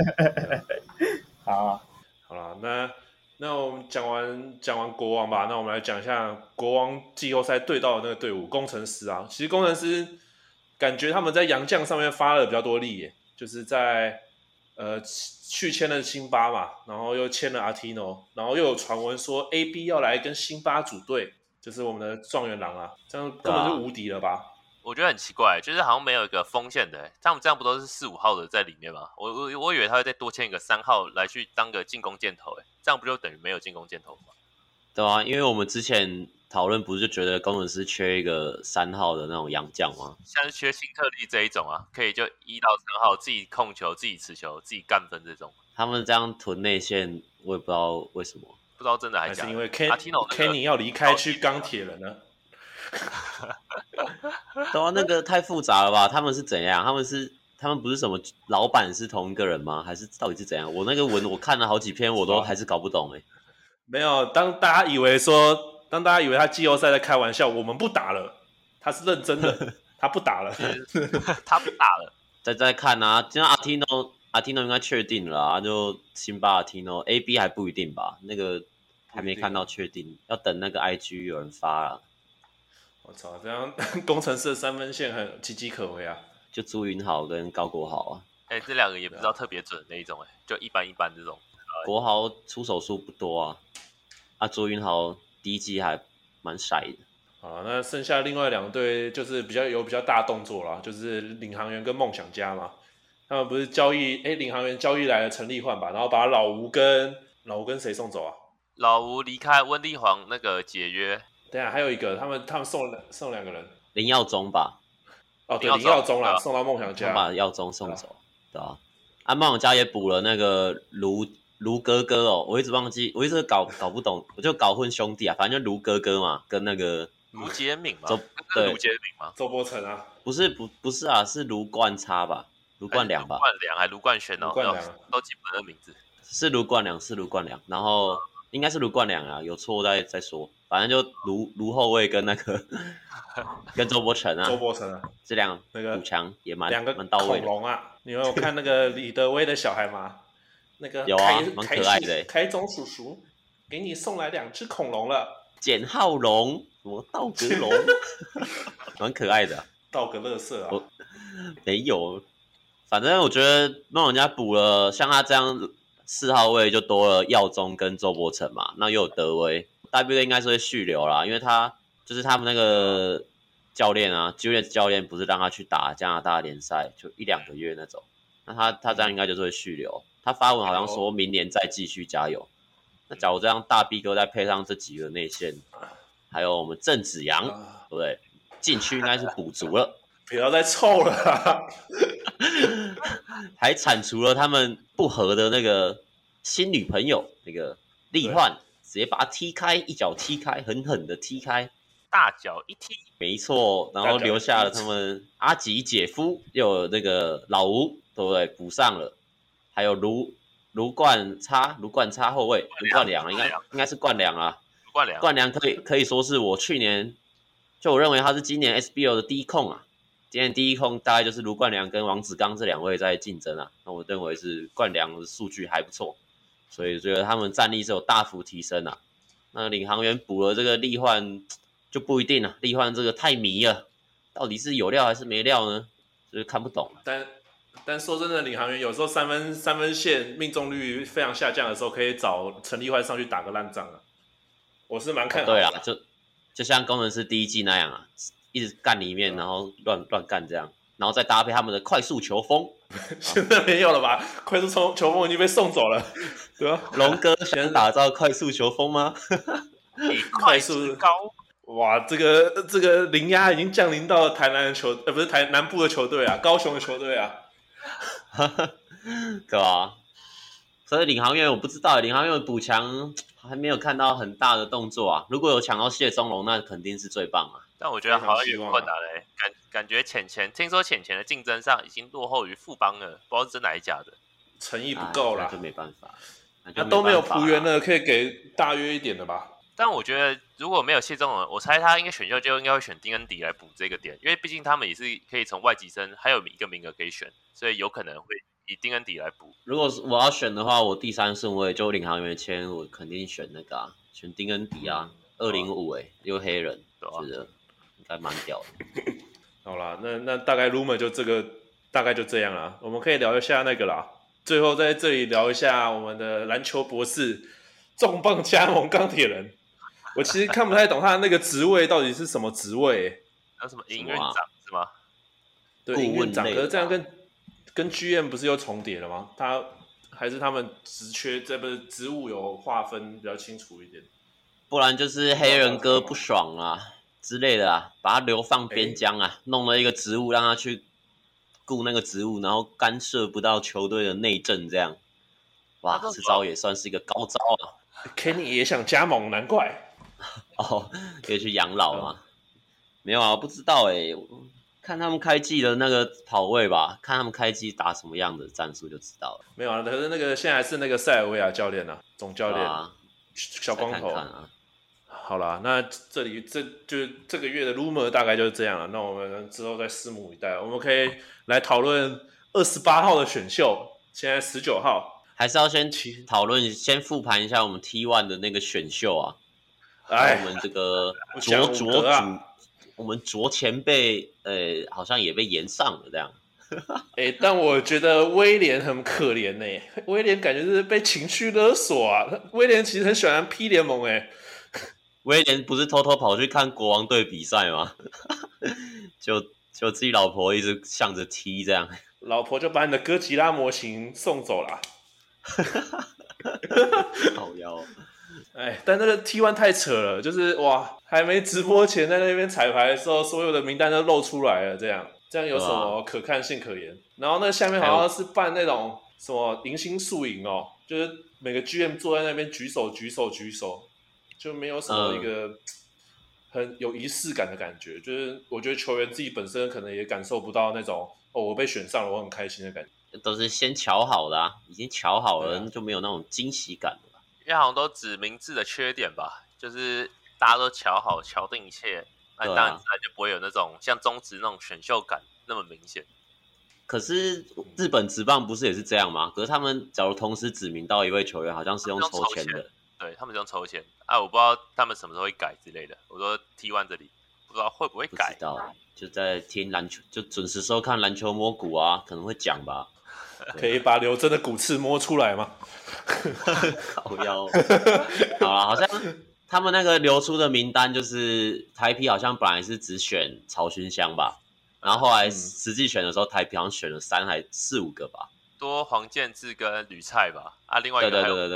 Speaker 3: 好啦，那我们讲完国王吧，那我们来讲一下国王季后赛对到的那个队伍工程师啊。其实工程师感觉他们在洋将上面发了比较多力就是在续签了辛巴嘛，然后又签了阿提诺，然后又有传闻说 AB 要来跟辛巴组队，就是我们的状元郎啊，这样根本就无敌了吧？
Speaker 4: 我觉得很奇怪，就是好像没有一个锋线的他们这样不都是4、5号的在里面吗？我以为他会再多签一个3号来去当个进攻箭头这样不就等于没有进攻箭头吗？
Speaker 2: 对啊，因为我们之前讨论不是就觉得工程师缺一个3号的那种洋将吗？
Speaker 4: 像是缺辛特利这一种可以就1到3号自己控球、自己持球、自己干分这种。
Speaker 2: 他们这样囤内线，我也不知道为什么，
Speaker 4: 不知道真的还假的。
Speaker 3: 是因为 Kenny 要离开去钢铁了呢？
Speaker 2: 对啊，那个太复杂了吧？他们是怎样？他们不是什么老板是同一个人吗？还是到底是怎样？我那个文我看了好几篇，我都还是搞不懂
Speaker 3: 没有，当大家以为他季后赛在开玩笑，我们不打了，他是认真的，他不打了，
Speaker 4: 他不打了。
Speaker 2: 再看啊，今天阿提诺应该确定了啊，就辛巴阿提诺 AB 还不一定吧？那个还没看到确定，要等那个 IG 有人发了。
Speaker 3: 我操，这样工程师的3分线很岌岌可危啊！
Speaker 2: 就朱云豪跟高国豪啊，
Speaker 4: 这2个也不知道特别准的那一种就一般这种。
Speaker 2: 国豪出手数不多啊，朱云豪第一季还蛮晒的。
Speaker 3: 好，那剩下另外2队就是比较大动作啦，就是领航员跟梦想家嘛。他们不是交易领航员交易来了陈立焕吧，然后把老吴跟谁送走啊？
Speaker 4: 老吴离开温丽煌那个解约。
Speaker 3: 等一下还有一个，他们送2个人，
Speaker 2: 林耀宗吧？
Speaker 3: 对，林耀宗啦，送到梦想家，
Speaker 2: 把耀宗送走，对吧？梦想家也补了那个卢哥哥我一直忘记，我一直搞不懂，我就搞混兄弟啊，反正就卢哥哥嘛，跟那个
Speaker 4: 卢杰敏嘛，
Speaker 2: 对，
Speaker 4: 卢杰敏嘛，
Speaker 3: 周伯成啊，
Speaker 2: 不是啊，是卢冠差吧？卢冠良吧？
Speaker 4: 卢冠良还卢冠轩都记不得名字，
Speaker 2: 是卢冠良，然后应该是卢冠良啊，有错再说。反正就卢后卫跟那个跟周伯成啊，这2个补强也蛮到位的。
Speaker 3: 恐龙啊，你有看那个李德威的小孩吗？那个
Speaker 2: 有啊，蛮可爱的。
Speaker 3: 凯总叔叔给你送来2只恐龙了，
Speaker 2: 简浩龙，什么道格龙，蛮可爱的。
Speaker 3: 道格垃圾啊，
Speaker 2: 没有，反正我觉得梦想家补了像他这样4号位就多了耀宗跟周伯成嘛，那又有德威。大部分应该是会续留啦，因为他就是他们那个教练啊 ，Julius 教练不是让他去打加拿大联赛，就1-2个月那种。那他这样应该就是会续留。他发文好像说明年再继续加油。 那假如这样大 B 哥再配上这几个内线，还有我们郑子阳，对不对？禁区应该是补足了。
Speaker 3: 不要再凑了啦
Speaker 2: 还铲除了他们不和的那个新女朋友那个力焕，直接把他踢开，一脚踢开，狠狠的踢开，
Speaker 4: 大脚一踢，
Speaker 2: 没错，然后留下了他们阿吉姐夫，又有那个老吴，对不对？补上了，还有卢冠差后卫，卢冠良应该是冠良啊，冠良可以说是我去年就我认为他是今年 SBL 的第一控啊。今天第一控大概就是卢冠良跟王子刚这两位在竞争啊，那我认为是冠良的数据还不错，所以觉得他们战力是有大幅提升啊。那领航员补了这个力焕就不一定了，力焕这个太迷了，到底是有料还是没料呢？就是看不懂。
Speaker 3: 但说真的，领航员有时候三分线命中率非常下降的时候，可以找陈立焕上去打个烂仗啊。我是蛮看好的。
Speaker 2: 对啊，就像工程师第一季那样啊。一直干里面，然后乱干这样，然后再搭配他们的快速球风，
Speaker 3: 现在没有了吧？快速球风已经被送走了，对吧？
Speaker 2: 龙哥想打造快速球风吗？
Speaker 3: 快速高，哇，这个零压已经降临到台南的不是台南部的球队啊，高雄的球队啊，
Speaker 2: 对吧？所以领航员我不知道，领航员补强还没有看到很大的动作啊。如果有抢到谢宗龙，那肯定是最棒啊。
Speaker 4: 但我觉得好像有点困难嘞，感觉听说浅的竞争上已经落后于富邦了，不知道是真的还是假的。
Speaker 3: 诚意不够啦，
Speaker 2: 那就没办法。
Speaker 3: 那都没有璞园了，可以给大约一点的吧？
Speaker 4: 但我觉得如果没有谢宗龙，我猜他应该选秀就应该会选丁恩迪来补这个点，因为毕竟他们也是可以从外籍生还有一个名额可以选，所以有可能会以丁恩迪来补。
Speaker 2: 如果我要选的话，我第3顺位就领航员签，我肯定选那个啊，选丁恩迪啊，205又黑人，觉得应该蛮屌的。
Speaker 3: 好啦，那大概 rumor 就大概就这样啦。我们可以聊一下那个啦，最后在这里聊一下我们的篮球博士重磅加盟钢铁人。我其实看不太懂他的那个职位到底是什么职位，
Speaker 4: 那什么营运长是吗？
Speaker 3: 对，营运长，可是这样跟 GM 不是又重叠了吗？他还是他们职务有划分比较清楚一点，
Speaker 2: 不然就是黑人哥不爽啊之类的啊，把他流放边疆啊，弄了一个职务让他去顾那个职务，然后干涉不到球队的内政，这样，哇，这招也算是一个高招啊。
Speaker 3: Kenny 也想加盟，难怪。
Speaker 2: 哦，可以去养老嘛？没有啊，不知道看他们开季的那个跑位吧，看他们开季打什么样的战术就知道了。
Speaker 3: 没有啊，可是那个现在是那个塞尔维亚教练啊，总教练，小光头。
Speaker 2: 看啊。
Speaker 3: 好啦，那这个月的 rumor 大概就是这样了。那我们之后再拭目以待。我们可以来讨论28号的选秀，现在19号，
Speaker 2: 还是要先讨论，先复盘一下我们 T1 的那个选秀啊。我们这个我们卓前辈，好像也被延上了这样。
Speaker 3: 但我觉得威廉很可怜呢。威廉感觉是被情绪勒索啊。威廉其实很喜欢 P 联盟
Speaker 2: 威廉不是偷偷跑去看国王队比赛吗？就自己老婆一直向着踢这样，
Speaker 3: 老婆就把你的哥吉拉模型送走了。
Speaker 2: 好妖。
Speaker 3: 但那个 T1 太扯了，就是哇，还没直播前在那边彩排的时候，所有的名单都露出来了，这样有什么可看性可言？然后那下面好像是办那种什么迎新宿营哦，就是每个 GM 坐在那边举手，就没有什么一个很有仪式感的感觉。就是我觉得球员自己本身可能也感受不到那种我被选上了，我很开心的感觉。
Speaker 2: 都是先瞧好的啊，已经瞧好了，就没有那种惊喜感了。
Speaker 4: 因为好像都指名字的缺点吧，就是大家都瞧好、瞧定一切，那当然自然就不会有那种像中职那种选秀感那么明显。
Speaker 2: 可是日本职棒不是也是这样吗？可是他们假如同时指名到一位球员，好像是用抽签的。
Speaker 4: 对，他们是用抽签啊，我不知道他们什么时候会改之类的。我说 T1 这里不知道会不会改，
Speaker 2: 不知道，就在听篮球，就准时收看篮球摸骨啊，可能会讲吧。
Speaker 3: 可以把刘真的骨刺摸出来吗？
Speaker 2: 靠腰。好啦，好像他们那个流出的名单就是台啤好像本来是只选曹勋香吧，然后后来实际选的时候，台啤好像选了3还4、5个吧，
Speaker 4: 多黄建志跟吕菜吧，啊，另外一个
Speaker 2: 对，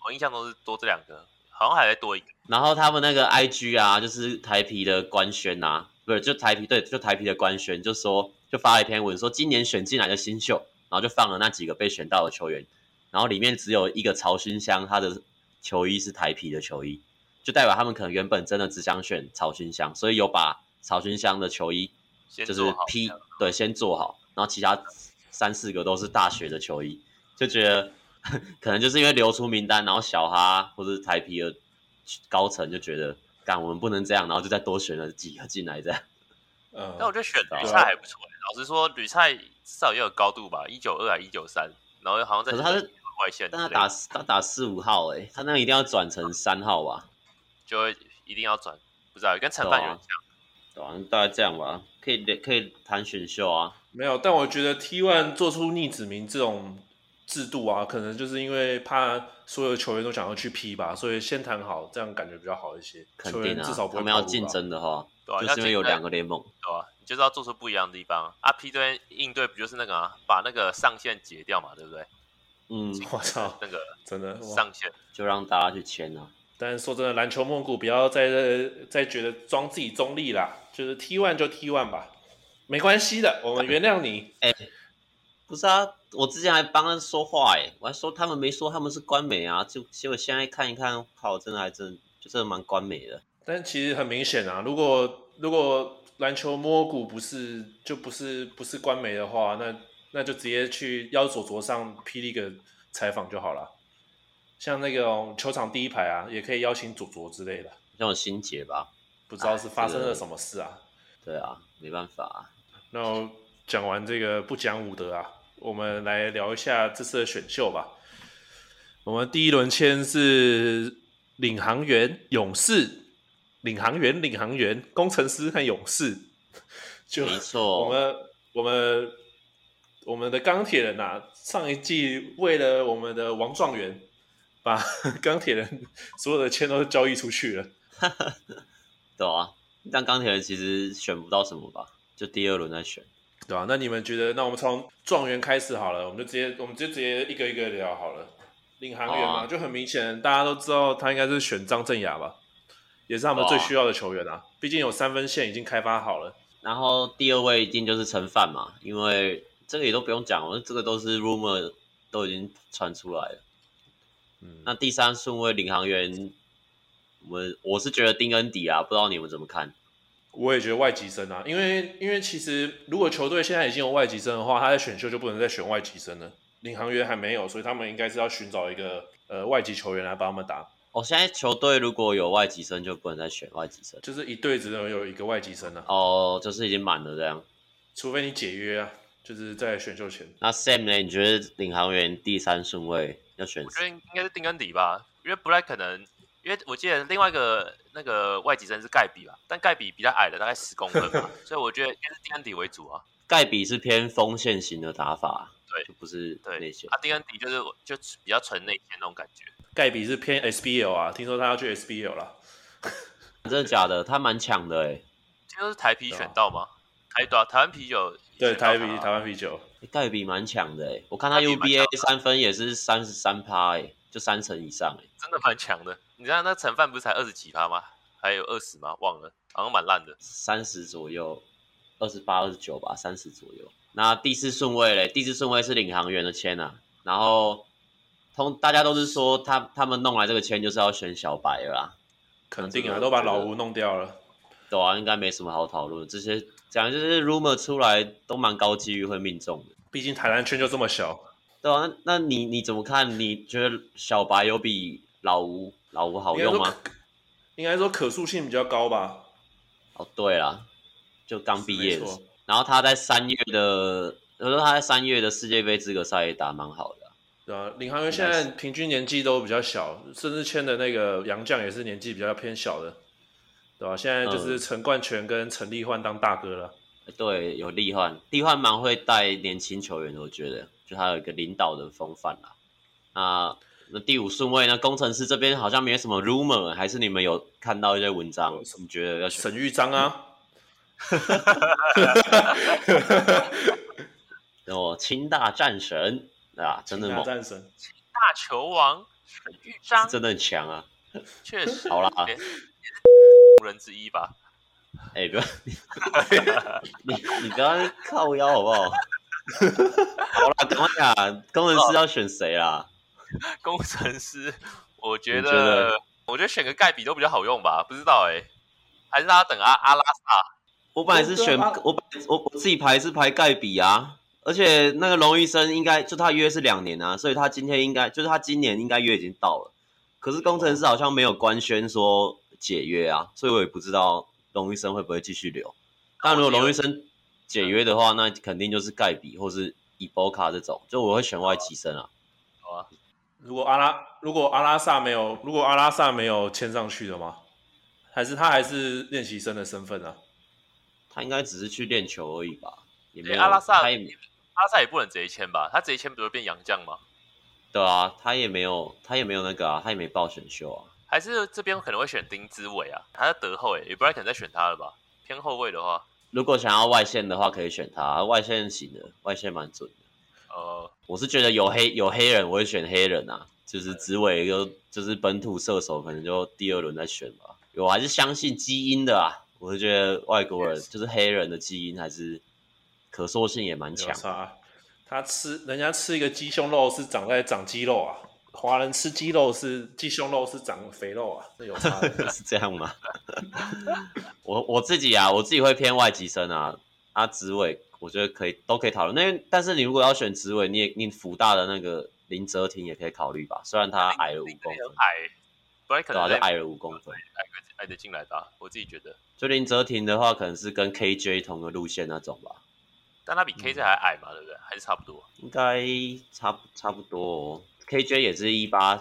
Speaker 4: 我印象中是多这2个，好像还再多一个。
Speaker 2: 然后他们那个 IG 啊，就是台啤的官宣啊，不是就台啤就台啤的官宣，就发了一篇文说今年选进来的新秀，然后就放了那几个被选到的球员，然后里面只有一个曹勋香，他的球衣是台啤的球衣，就代表他们可能原本真的只想选曹勋香，所以有把曹勋香的球衣就是对先做好，然后其他3-4个都是大学的球衣，就觉得可能就是因为流出名单，然后小哈或者台啤的高层就觉得干我们不能这样，然后就再多选了几个进来这样。
Speaker 4: 但我觉得选吕菜还不错，老实说吕菜至少也有高度吧，192还193，然后好像在
Speaker 2: 可是他是
Speaker 4: 外线，
Speaker 2: 但他打4-5号他那个一定要转成3号吧？
Speaker 4: 就会一定要转，不知道跟陈范有点像。
Speaker 2: 对啊，大概这样吧，可以谈选秀啊。
Speaker 3: 没有，但我觉得 T1 做出逆指名这种制度啊，可能就是因为怕所有球员都想要去 P 吧，所以先谈好，这样感觉比较好一些。
Speaker 2: 肯定啊，
Speaker 3: 至少不会
Speaker 2: 他们要竞争的话，
Speaker 4: 对啊，
Speaker 2: 就是因为有2个联盟，
Speaker 4: 对啊，你就是要做出不一样的地方啊。P 这边应对不就是那个把那个上限解掉嘛，对不对？
Speaker 3: 我操，
Speaker 4: 那个
Speaker 3: 真的
Speaker 4: 上限
Speaker 2: 就让大家去签啊。
Speaker 3: 但是说真的，篮球梦谷不要再觉得装自己中立啦，就是 T1 就 T1 吧，没关系的，我们原谅你。
Speaker 2: 不是啊，我之前还帮他说话我还说他们没说他们是官媒啊，结果现在看一看，靠，真的蛮官媒的。
Speaker 3: 但其实很明显啊，如果篮球摸骨不是官媒的话，那就直接去邀佐佐上霹雳个采访就好了。像那个球场第一排啊，也可以邀请佐佐之类的。
Speaker 2: 像有心结吧，
Speaker 3: 不知道是发生了什么事啊。
Speaker 2: 对啊，没办法啊。
Speaker 3: 那我讲完这个不讲武德啊，我们来聊一下这次的选秀吧。我们第一轮签是领航员、勇士、领航员、工程师和勇士。就
Speaker 2: 没错，
Speaker 3: 我们的钢铁人啊，上一季为了我们的王状元，把钢铁人所有的签都交易出去了。
Speaker 2: 对啊，但钢铁人其实选不到什么吧，就第2轮再选。
Speaker 3: 对啊，那你们觉得？那我们从状元开始好了，我们就直接一个一个聊好了。领航员嘛，就很明显，大家都知道他应该是选张镇雅吧，也是他们最需要的球员啊。毕竟有3分线已经开发好了。
Speaker 2: 然后第2位一定就是陈范嘛，因为这个也都不用讲，这个都是 rumor 都已经传出来了。那第3顺位领航员，我是觉得丁恩迪啊，不知道你们怎么看？
Speaker 3: 我也觉得外籍生啊，因为其实如果球队现在已经有外籍生的话，他在选秀就不能再选外籍生了。领航员还没有，所以他们应该是要寻找一个外籍球员来帮他们打。
Speaker 2: 现在球队如果有外籍生就不能再选外籍生，
Speaker 3: 就是一队只能有一个外籍生啊。
Speaker 2: 就是已经满了这样。
Speaker 3: 除非你解约啊，就是在选秀前。
Speaker 2: 那 Sam 呢？你觉得领航员第3顺位要选谁？
Speaker 4: 我觉得应该是丁恩迪吧，因为不太可能，因为我记得另外一个那个外籍生是盖比吧，但盖比比较矮的，大概10公分嘛，所以我觉得应该是丁恩迪为主啊。
Speaker 2: 盖比是偏锋线型的打法，
Speaker 4: 对，
Speaker 2: 就不是内线。
Speaker 4: 丁恩迪就比较纯内线那种感觉。
Speaker 3: 盖比是偏 SBL 啊，听说他要去 SBL 了。
Speaker 2: 真的假的？他蛮强的
Speaker 4: 听说是台啤选到吗？台湾啤酒
Speaker 3: 对台湾啤酒，
Speaker 2: 盖比蛮强的我看他 UBA 3分也是33%就3成以上
Speaker 4: 真的蛮强的。你知道那陈范不是才20几%吗？还有20吗？忘了，好像蛮烂的
Speaker 2: ，30左右，28、29吧，30左右。那第4顺位嘞？第4顺位是领航员的签啊，然后大家都是说他们弄来这个签就是要选小白了啦，
Speaker 3: 肯定啊，都把老吴弄掉了。
Speaker 2: 对啊，应该没什么好讨论，这些讲就是 rumor 出来都蛮高几率会命中的。
Speaker 3: 毕竟台湾圈就这么小。
Speaker 2: 对啊，那你怎么看？你觉得小白有比老吴好用吗？
Speaker 3: 应该说可塑性比较高吧。
Speaker 2: 对啦，就刚毕业的，然后他在3月的世界杯资格赛也打蛮好的。
Speaker 3: 对啊，领航员现在平均年纪都比较小，甚至签的那个洋将也是年纪比较偏小的，对吧？现在就是陈冠泉跟陈立焕当大哥了。
Speaker 2: 对，有立焕蛮会带年轻球员的，我觉得，就他有一个领导的风范啦。那第5顺位呢？工程师这边好像没什么 rumor， 还是你们有看到一些文章？你觉得要选
Speaker 3: 沈玉章啊？
Speaker 2: 清大战神啊，真的猛！
Speaker 3: 战神，
Speaker 4: 大球王沈玉章
Speaker 2: 真的很强啊。
Speaker 4: 确实，
Speaker 2: 好啦，
Speaker 4: 也是人之一吧。
Speaker 2: 不要你不要靠腰好不好？好啦，赶快讲，工程师要选谁啦？
Speaker 4: 工程师，我觉得选个盖比都比较好用吧，不知道还是他等阿拉萨。
Speaker 2: 我本来是选我自己排是排盖比啊，而且那个龙医生应该就他约是2年啊，所以他今年应该约已经到了。可是工程师好像没有官宣说解约啊，所以我也不知道龙医生会不会继续留。但如果龙医生解约的话，那肯定就是盖比或是伊波卡这种，就我会选外籍生啊。
Speaker 4: 好啊。
Speaker 3: 如果阿拉萨没有签上去的吗？还是练习生的身份啊？
Speaker 2: 他应该只是去练球而已吧，也没有。
Speaker 4: 阿拉萨也不能直接签吧？他直接签不是变洋将吗？
Speaker 2: 对啊，他也没有那个啊，他也没报选秀啊。
Speaker 4: 还是这边可能会选丁之伟啊，他在德后也不然可能再选他了吧？偏后卫的话，
Speaker 2: 如果想要外线的话，可以选他，外线型的，外线蛮准的。我是觉得有黑人，我会选黑人啊，就是子伟就是本土射手，可能就第2轮再选吧。我还是相信基因的啊，我是觉得外国人就是黑人的基因还是可塑性也蛮强。
Speaker 3: 人家吃一个鸡胸肉是长肌肉啊，华人吃鸡胸肉是长肥肉啊，这有差的。
Speaker 2: 是这样吗？我自己会偏外籍生啊，子伟我觉得都可以讨论。但是你如果要选子伟，你辅大的那个林哲廷也可以考虑吧，虽然他矮了5公分，
Speaker 4: 不然可能
Speaker 2: 就矮了5公分，
Speaker 4: 矮得进来的我自己觉得。
Speaker 2: 就林哲廷的话，可能是跟 KJ 同个路线那种吧。
Speaker 4: 但他比 KJ 还矮嘛，对不对？还是差不多？
Speaker 2: 应该差不多哦。KJ 也是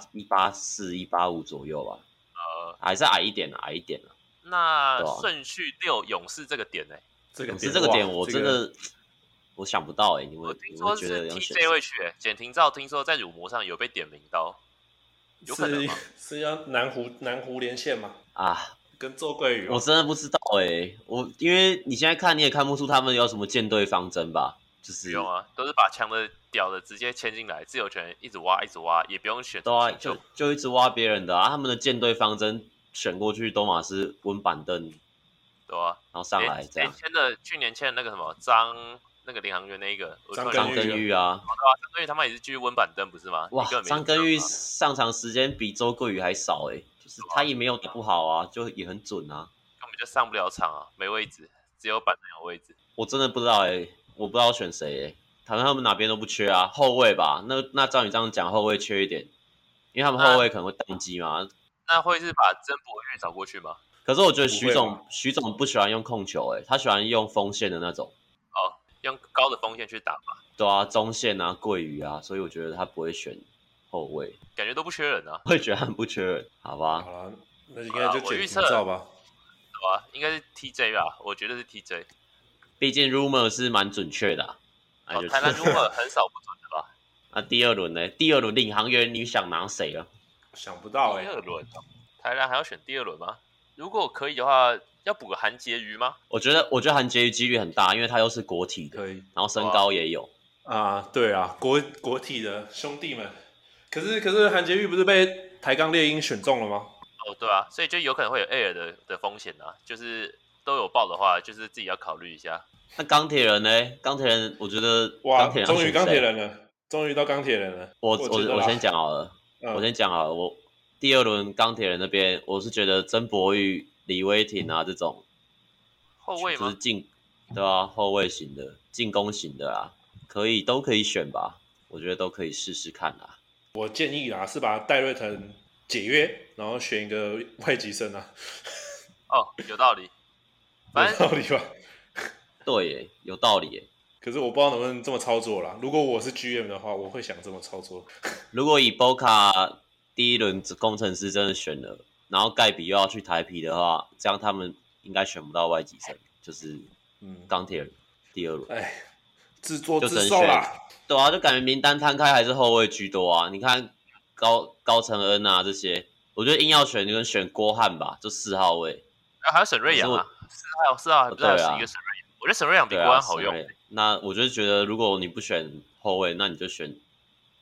Speaker 2: 184、185左右吧。还是矮一点啊。
Speaker 4: 那顺序6勇士这个点呢？
Speaker 2: 勇士这个点我真的我想不到你
Speaker 4: 我
Speaker 2: 听说
Speaker 4: 是 TJ 会去简廷照听说在乳魔上有被点名到，有可能吗？
Speaker 3: 是要南湖连线吗？跟周桂宇
Speaker 2: 我真的不知道因为你现在看你也看不出他们有什么舰队方针吧？就是
Speaker 4: 不用啊，都是把强的屌的直接签进来，自由权一直挖，也不用选。
Speaker 2: 对啊，就一直挖别人的他们的舰队方针选过去都嘛是温板凳，
Speaker 4: 对啊，
Speaker 2: 然后上来这样。
Speaker 4: 去年签的那个什么那个领航员那一个
Speaker 2: 张根玉啊，
Speaker 4: 对啊，张根玉他们也是继续温板凳不是吗？
Speaker 2: 哇，张根玉上场时间比周桂宇还少就是他也没有打不好啊，就也很准啊，
Speaker 4: 根本就上不了场啊，没位置，只有板凳有位置。
Speaker 2: 我真的不知道我不知道选谁他们哪边都不缺啊，后卫吧，那照你这样讲，后卫缺一点，因为他们后卫可能会宕机嘛。
Speaker 4: 那会是把曾博玉找过去吗？
Speaker 2: 可是我觉得徐总不喜欢用控球他喜欢用锋线的那种。
Speaker 4: 用高的锋线去打嘛。
Speaker 2: 对啊，中线啊，桂鱼啊，所以我觉得他不会选后卫，
Speaker 4: 感觉都不缺人啊。
Speaker 2: 我会觉得很不缺人，好吧？
Speaker 3: 好了，那应该就简廷照吧。
Speaker 4: 好吧，应该是 TJ 吧，我觉得是 TJ。
Speaker 2: 毕竟 rumor 是蛮准确的
Speaker 4: 台南 rumor 很少不准的吧？
Speaker 2: 那第2轮呢？第2轮领航员你想拿谁啊？
Speaker 3: 想不到
Speaker 4: 第2轮台南还要选第2轮吗？如果可以的话，要补个韩杰瑜吗？
Speaker 2: 我觉得韩杰瑜几率很大，因为他又是国体的，然后身高也有
Speaker 3: 对啊，国体的兄弟们。可是韩杰瑜不是被台钢猎鹰选中了吗？
Speaker 4: 对啊，所以就有可能会有 Air 的风险啊，就是都有报的话，就是自己要考虑一下。
Speaker 2: 那钢铁人呢？钢铁人我觉得
Speaker 3: 哇，终于钢铁人了，终于到钢铁人了。
Speaker 2: 我先讲好了，我第2轮钢铁人那边，我是觉得曾博玉、李威霆啊这种
Speaker 4: 后卫吗？
Speaker 2: 就是对啊，后卫型的、进攻型的都可以选吧，我觉得都可以试试看啦。
Speaker 3: 我建议是把戴瑞腾解约，然后选一个外籍生
Speaker 4: 有道理，
Speaker 3: 有道理吧？
Speaker 2: 对有道理
Speaker 3: 可是我不知道能不能这么操作啦。如果我是 GM 的话，我会想这么操作。
Speaker 2: 如果以 Boca 第1轮工程师真的选了，然后盖比又要去台啤的话，这样他们应该选不到外籍生，就是钢铁人第2轮。
Speaker 3: 自作自受啦。
Speaker 2: 对啊，就感觉名单摊开还是后卫居多啊。你看高承恩啊这些，我觉得硬要选，就跟选郭汉吧，就4号位。
Speaker 4: 还有沈瑞阳啊，4号还不是还有11个沈瑞阳？我觉得沈瑞阳比郭汉好用。
Speaker 2: 那我就觉得，如果你不选后卫，那你就选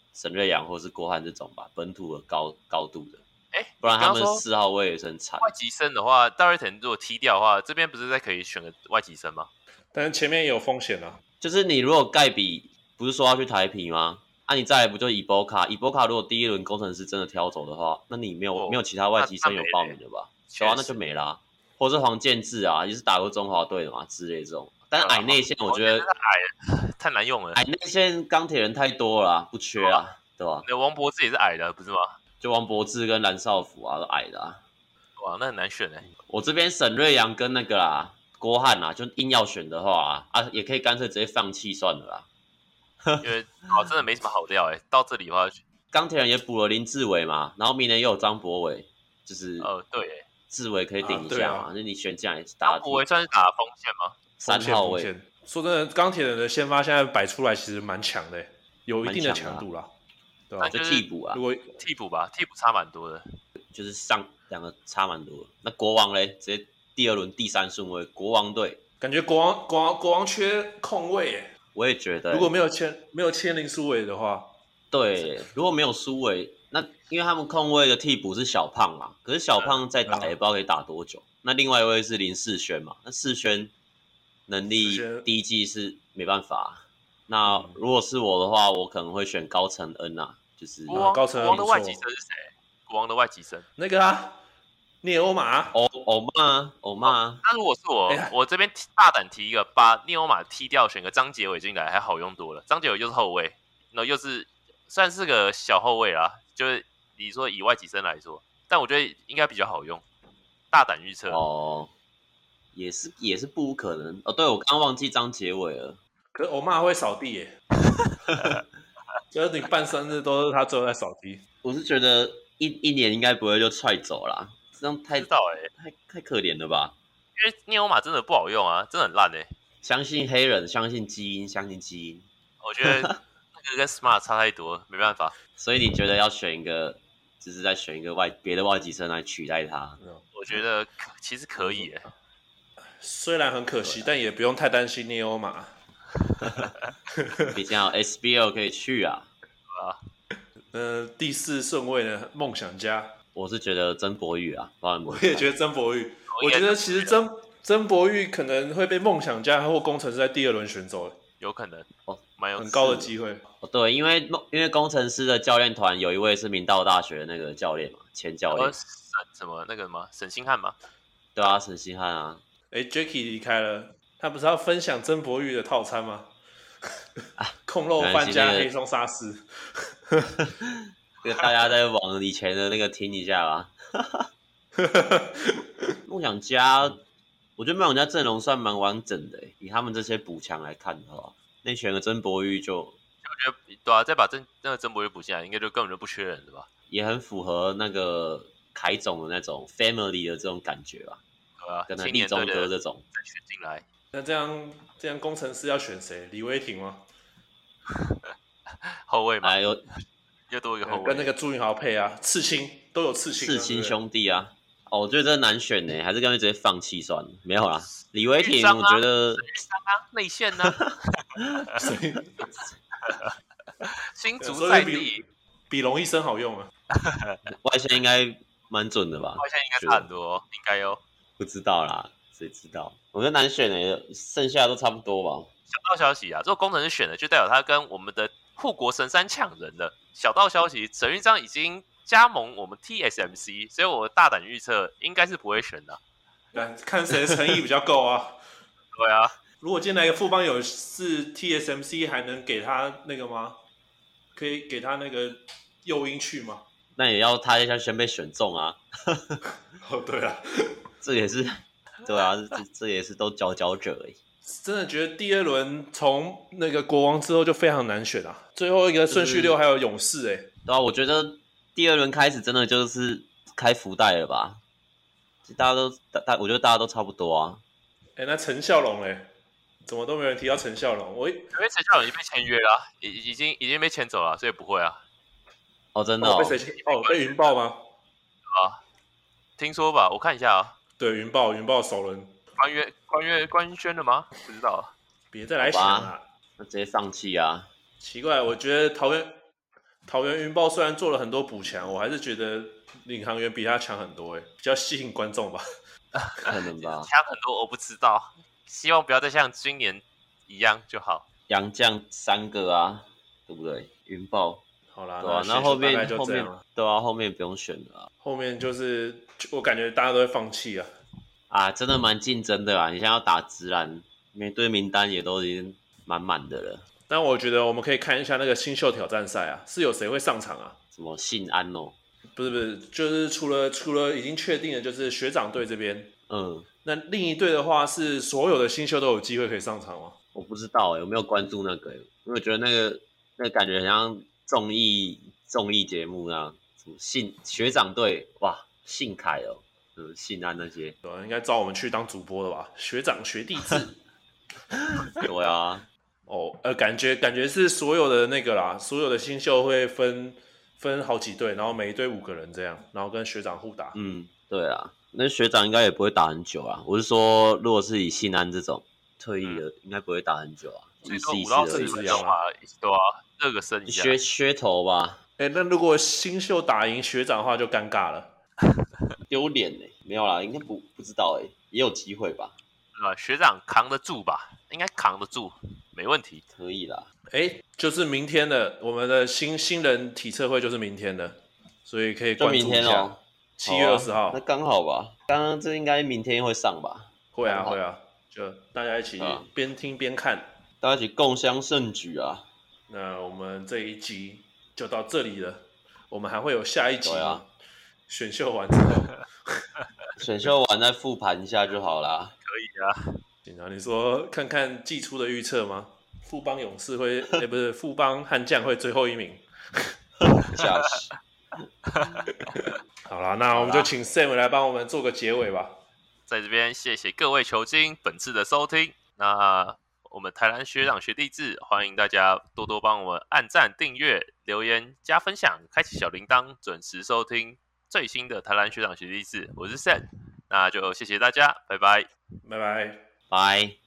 Speaker 2: 沈瑞阳或是郭汉这种吧，本土的高度的。
Speaker 4: 不
Speaker 2: 然他们4号位也是很惨。
Speaker 4: 外籍生的话，大瑞腾如果踢掉的话，这边不是可以选个外籍生吗？
Speaker 3: 但是前面也有风险啊。
Speaker 2: 就是你如果盖比不是说要去台啤吗？你再来不就伊波卡如果第一轮工程师真的挑走的话，那你没有其他外籍生有报名的吧？对啊，那就没啦。或是黄建志啊，也是打过中华队的嘛之类这种。但矮内线我觉得
Speaker 4: 太难用了，
Speaker 2: 矮内线钢铁人太多了不缺啊，对吧？
Speaker 4: 王柏志也是矮的，不是吗？
Speaker 2: 就王柏志跟蓝少辅啊都矮的啊。
Speaker 4: 哇，那很难选
Speaker 2: 我这边沈瑞阳跟那个啦郭汉啊，就硬要选的话也可以干脆直接放弃算了
Speaker 4: 啦。因为真的没什么好料到这里的话，
Speaker 2: 钢铁人也补了林志伟嘛，然后明年又有张博伟，就是
Speaker 4: 对
Speaker 2: 志伟可以顶一下嘛，就你选进来打。
Speaker 4: 张博伟算是打锋线吗
Speaker 2: ？3号位。
Speaker 3: 说真的，钢铁人的先发现在摆出来其实蛮强的，有一定的强度啦。对吧？
Speaker 2: 就替补啊，
Speaker 3: 如果
Speaker 4: 替补差蛮多的，
Speaker 2: 就是上2个差蛮多的。那国王嘞，直接第2轮第3顺位，国王队
Speaker 3: 感觉国王缺控位
Speaker 2: 我也觉得，
Speaker 3: 如果没有签林书伟的话，
Speaker 2: 对，如果没有书伟，那因为他们控位的替补是小胖嘛，可是小胖在打也不知道可以打多久。那另外一位是林世轩嘛，那世轩能力第一季是没办法。那如果是我的话，我可能会选高承恩啊，就是
Speaker 3: 高承恩。
Speaker 4: 国王的外籍生是谁？国王的外籍生
Speaker 3: 那个聂欧马，
Speaker 2: 欧马。
Speaker 4: 那如果是我这边大胆提一个，把聂欧马踢掉，选个张杰伟进来，还好用多了。张杰伟又是后卫，然后又是算是个小后卫啦，就是你说以外籍生来说，但我觉得应该比较好用。大胆预测
Speaker 2: 也是不无可能对，我刚忘记张杰伟了。
Speaker 3: 可是欧马会扫地就是你办生日都是他最后在扫地。
Speaker 2: 我是觉得一年应该不会就踹走啦，这样太可怜了吧？
Speaker 4: 因为聂欧马真的不好用啊，真的很烂
Speaker 2: 相信黑人，相信基因。
Speaker 4: 我觉得那个跟 Smart 差太多，没办法。
Speaker 2: 所以你觉得要选一个，就是再选一个别的外籍生来取代他？
Speaker 4: 我觉得其实可以
Speaker 3: 虽然很可惜，但也不用太担心聂欧马。
Speaker 2: 毕竟有 SBL 可以去啊。
Speaker 3: 第4顺位的梦想家，
Speaker 2: 我是觉得曾博玉啊，
Speaker 3: 我也觉得曾博玉。我觉得其实曾博玉可能会被梦想家或工程师在第2轮选走，
Speaker 4: 有可能
Speaker 3: 蛮有很高的机会。
Speaker 2: 对，因为工程师的教练团有一位是明道大学的那个教练嘛，前教练
Speaker 4: 什么那个吗？沈星汉吗？
Speaker 2: 对啊，沈星汉啊。
Speaker 3: Jacky 离开了，他不是要分享曾博玉的套餐吗？控肉饭加黑松沙司。
Speaker 2: 这个大家再往以前的那个听一下吧。梦想家，我觉得梦想家阵容算蛮完整的，以他们这些补强来看的话，那选个曾博玉我
Speaker 4: 觉得对啊，再把那个曾博玉补进来，应该就根本就不缺人的吧？
Speaker 2: 也很符合那个凯总的那种 family 的这种感觉吧？
Speaker 4: 对啊，
Speaker 2: 跟他立中哥这种
Speaker 4: 再选进来。
Speaker 3: 那这样工程师要选谁？李威霆吗？
Speaker 4: 后卫嘛，
Speaker 2: 又
Speaker 4: 多一个后卫，
Speaker 3: 跟那个朱云豪配啊，刺青都有刺青，
Speaker 2: 刺青兄弟啊。我觉得这难选呢，还是干脆直接放弃算了。没有啦，李威霆，我觉得
Speaker 4: 内线呢，新竹在地
Speaker 3: 比龙医生好用啊。
Speaker 2: 外线应该蛮准的吧？
Speaker 4: 外线应该差很多，应该有。
Speaker 2: 不知道啦，谁知道？我觉得难选呢，剩下都差不多吧。
Speaker 4: 小道消息啊，这个工程师选的，就代表他跟我们的护国神山抢人了。小道消息，陈玉章已经加盟我们 TSMC， 所以我大胆预测应该是不会选的。
Speaker 3: 看谁的诚意比较够啊。
Speaker 4: 对啊，
Speaker 3: 如果进来一个富邦勇士 TSMC， 还能给他那个吗？可以给他那个诱因去吗？
Speaker 2: 那也要他要先被选中啊。
Speaker 3: 对啊，
Speaker 2: 这也是对啊，这也是都佼佼者而已。
Speaker 3: 真的觉得第2轮从那个国王之后就非常难选啊，最后一个顺序6还有勇士
Speaker 2: 对啊，我觉得第2轮开始真的就是开福袋了吧，我觉得大家都差不多啊。
Speaker 3: 那陈孝龙怎么都没有人提到陈孝龙？
Speaker 4: 因为陈孝龙已经被签约了，已经被签走了，所以不会啊。
Speaker 2: 真的
Speaker 3: 被谁签？被云豹吗？
Speaker 4: 听说吧，我看一下啊。
Speaker 3: 对，云豹首轮。
Speaker 4: 官宣了吗？不知道。
Speaker 3: 别再来想了，
Speaker 2: 那直接放弃啊！
Speaker 3: 奇怪，我觉得桃园云豹虽然做了很多补强，我还是觉得领航员比他强很多，比较吸引观众吧。
Speaker 2: 可能吧，
Speaker 4: 强很多我不知道，希望不要再像今年一样就好。
Speaker 2: 洋将3个啊，对不对？云豹。
Speaker 3: 好啦，
Speaker 2: 对啊，那后面对啊，后面不用选了啊。
Speaker 3: 后面就是我感觉大家都会放弃啊。
Speaker 2: 啊，真的蛮竞争的啊！你现在要打直篮，每队名单也都已经满满的了。
Speaker 3: 但我觉得我们可以看一下那个新秀挑战赛啊，是有谁会上场啊？
Speaker 2: 什么信安哦？
Speaker 3: 不是，就是除了已经确定的，就是学长队这边。那另一队的话是所有的新秀都有机会可以上场吗？
Speaker 2: 我不知道有没有关注那个，因为我觉得那个感觉很像综艺节目那样，什么学长队哇，信凯哦，信安那些，
Speaker 3: 对啊，应该找我们去当主播的吧？学长学弟制。
Speaker 2: 对啊。
Speaker 3: 感觉是所有的那个啦，所有的新秀会分好几队，然后每一队5个人这样，然后跟学长互打。
Speaker 2: 对啊，那学长应该也不会打很久啊。我是说，如果是以信安这种退役的，应该不会打很久啊。
Speaker 4: 最多5到10分钟嘛，对啊，热个身一下。
Speaker 2: 噱头吧。
Speaker 3: 那如果新秀打赢学长的话，就尴尬了，
Speaker 2: 丢脸欸。没有啦，应该不知道也有机会吧。
Speaker 4: 学长扛得住吧？应该扛得住，没问题，
Speaker 2: 可以啦。
Speaker 3: 就是明天的我们的新人体测会就是明天的，所以可以关注一下。7月20号，
Speaker 2: 那刚好吧。刚刚这应该明天会上吧？
Speaker 3: 会啊，就大家一起边听边看，
Speaker 2: 大家一起共襄盛举啊。
Speaker 3: 那我们这一集就到这里了，我们还会有下一集吗？选秀完之后，
Speaker 2: 选秀完再复盘一下就好啦。
Speaker 4: 可以啊。
Speaker 3: 然后你说看看季初的预测吗？富邦勇士会，不是富邦悍将会最后1名。
Speaker 2: 吓死！
Speaker 3: 好啦，那我们就请 Sam 来帮我们做个结尾吧。
Speaker 4: 在这边谢谢各位球精本次的收听。那我们台篮学长学弟制，欢迎大家多多帮我们按赞、订阅、留言、加分享、开启小铃铛，准时收听最新的台篮学长学弟制。我是 Sam，那就谢谢大家，拜拜，
Speaker 3: 拜拜，
Speaker 2: 拜。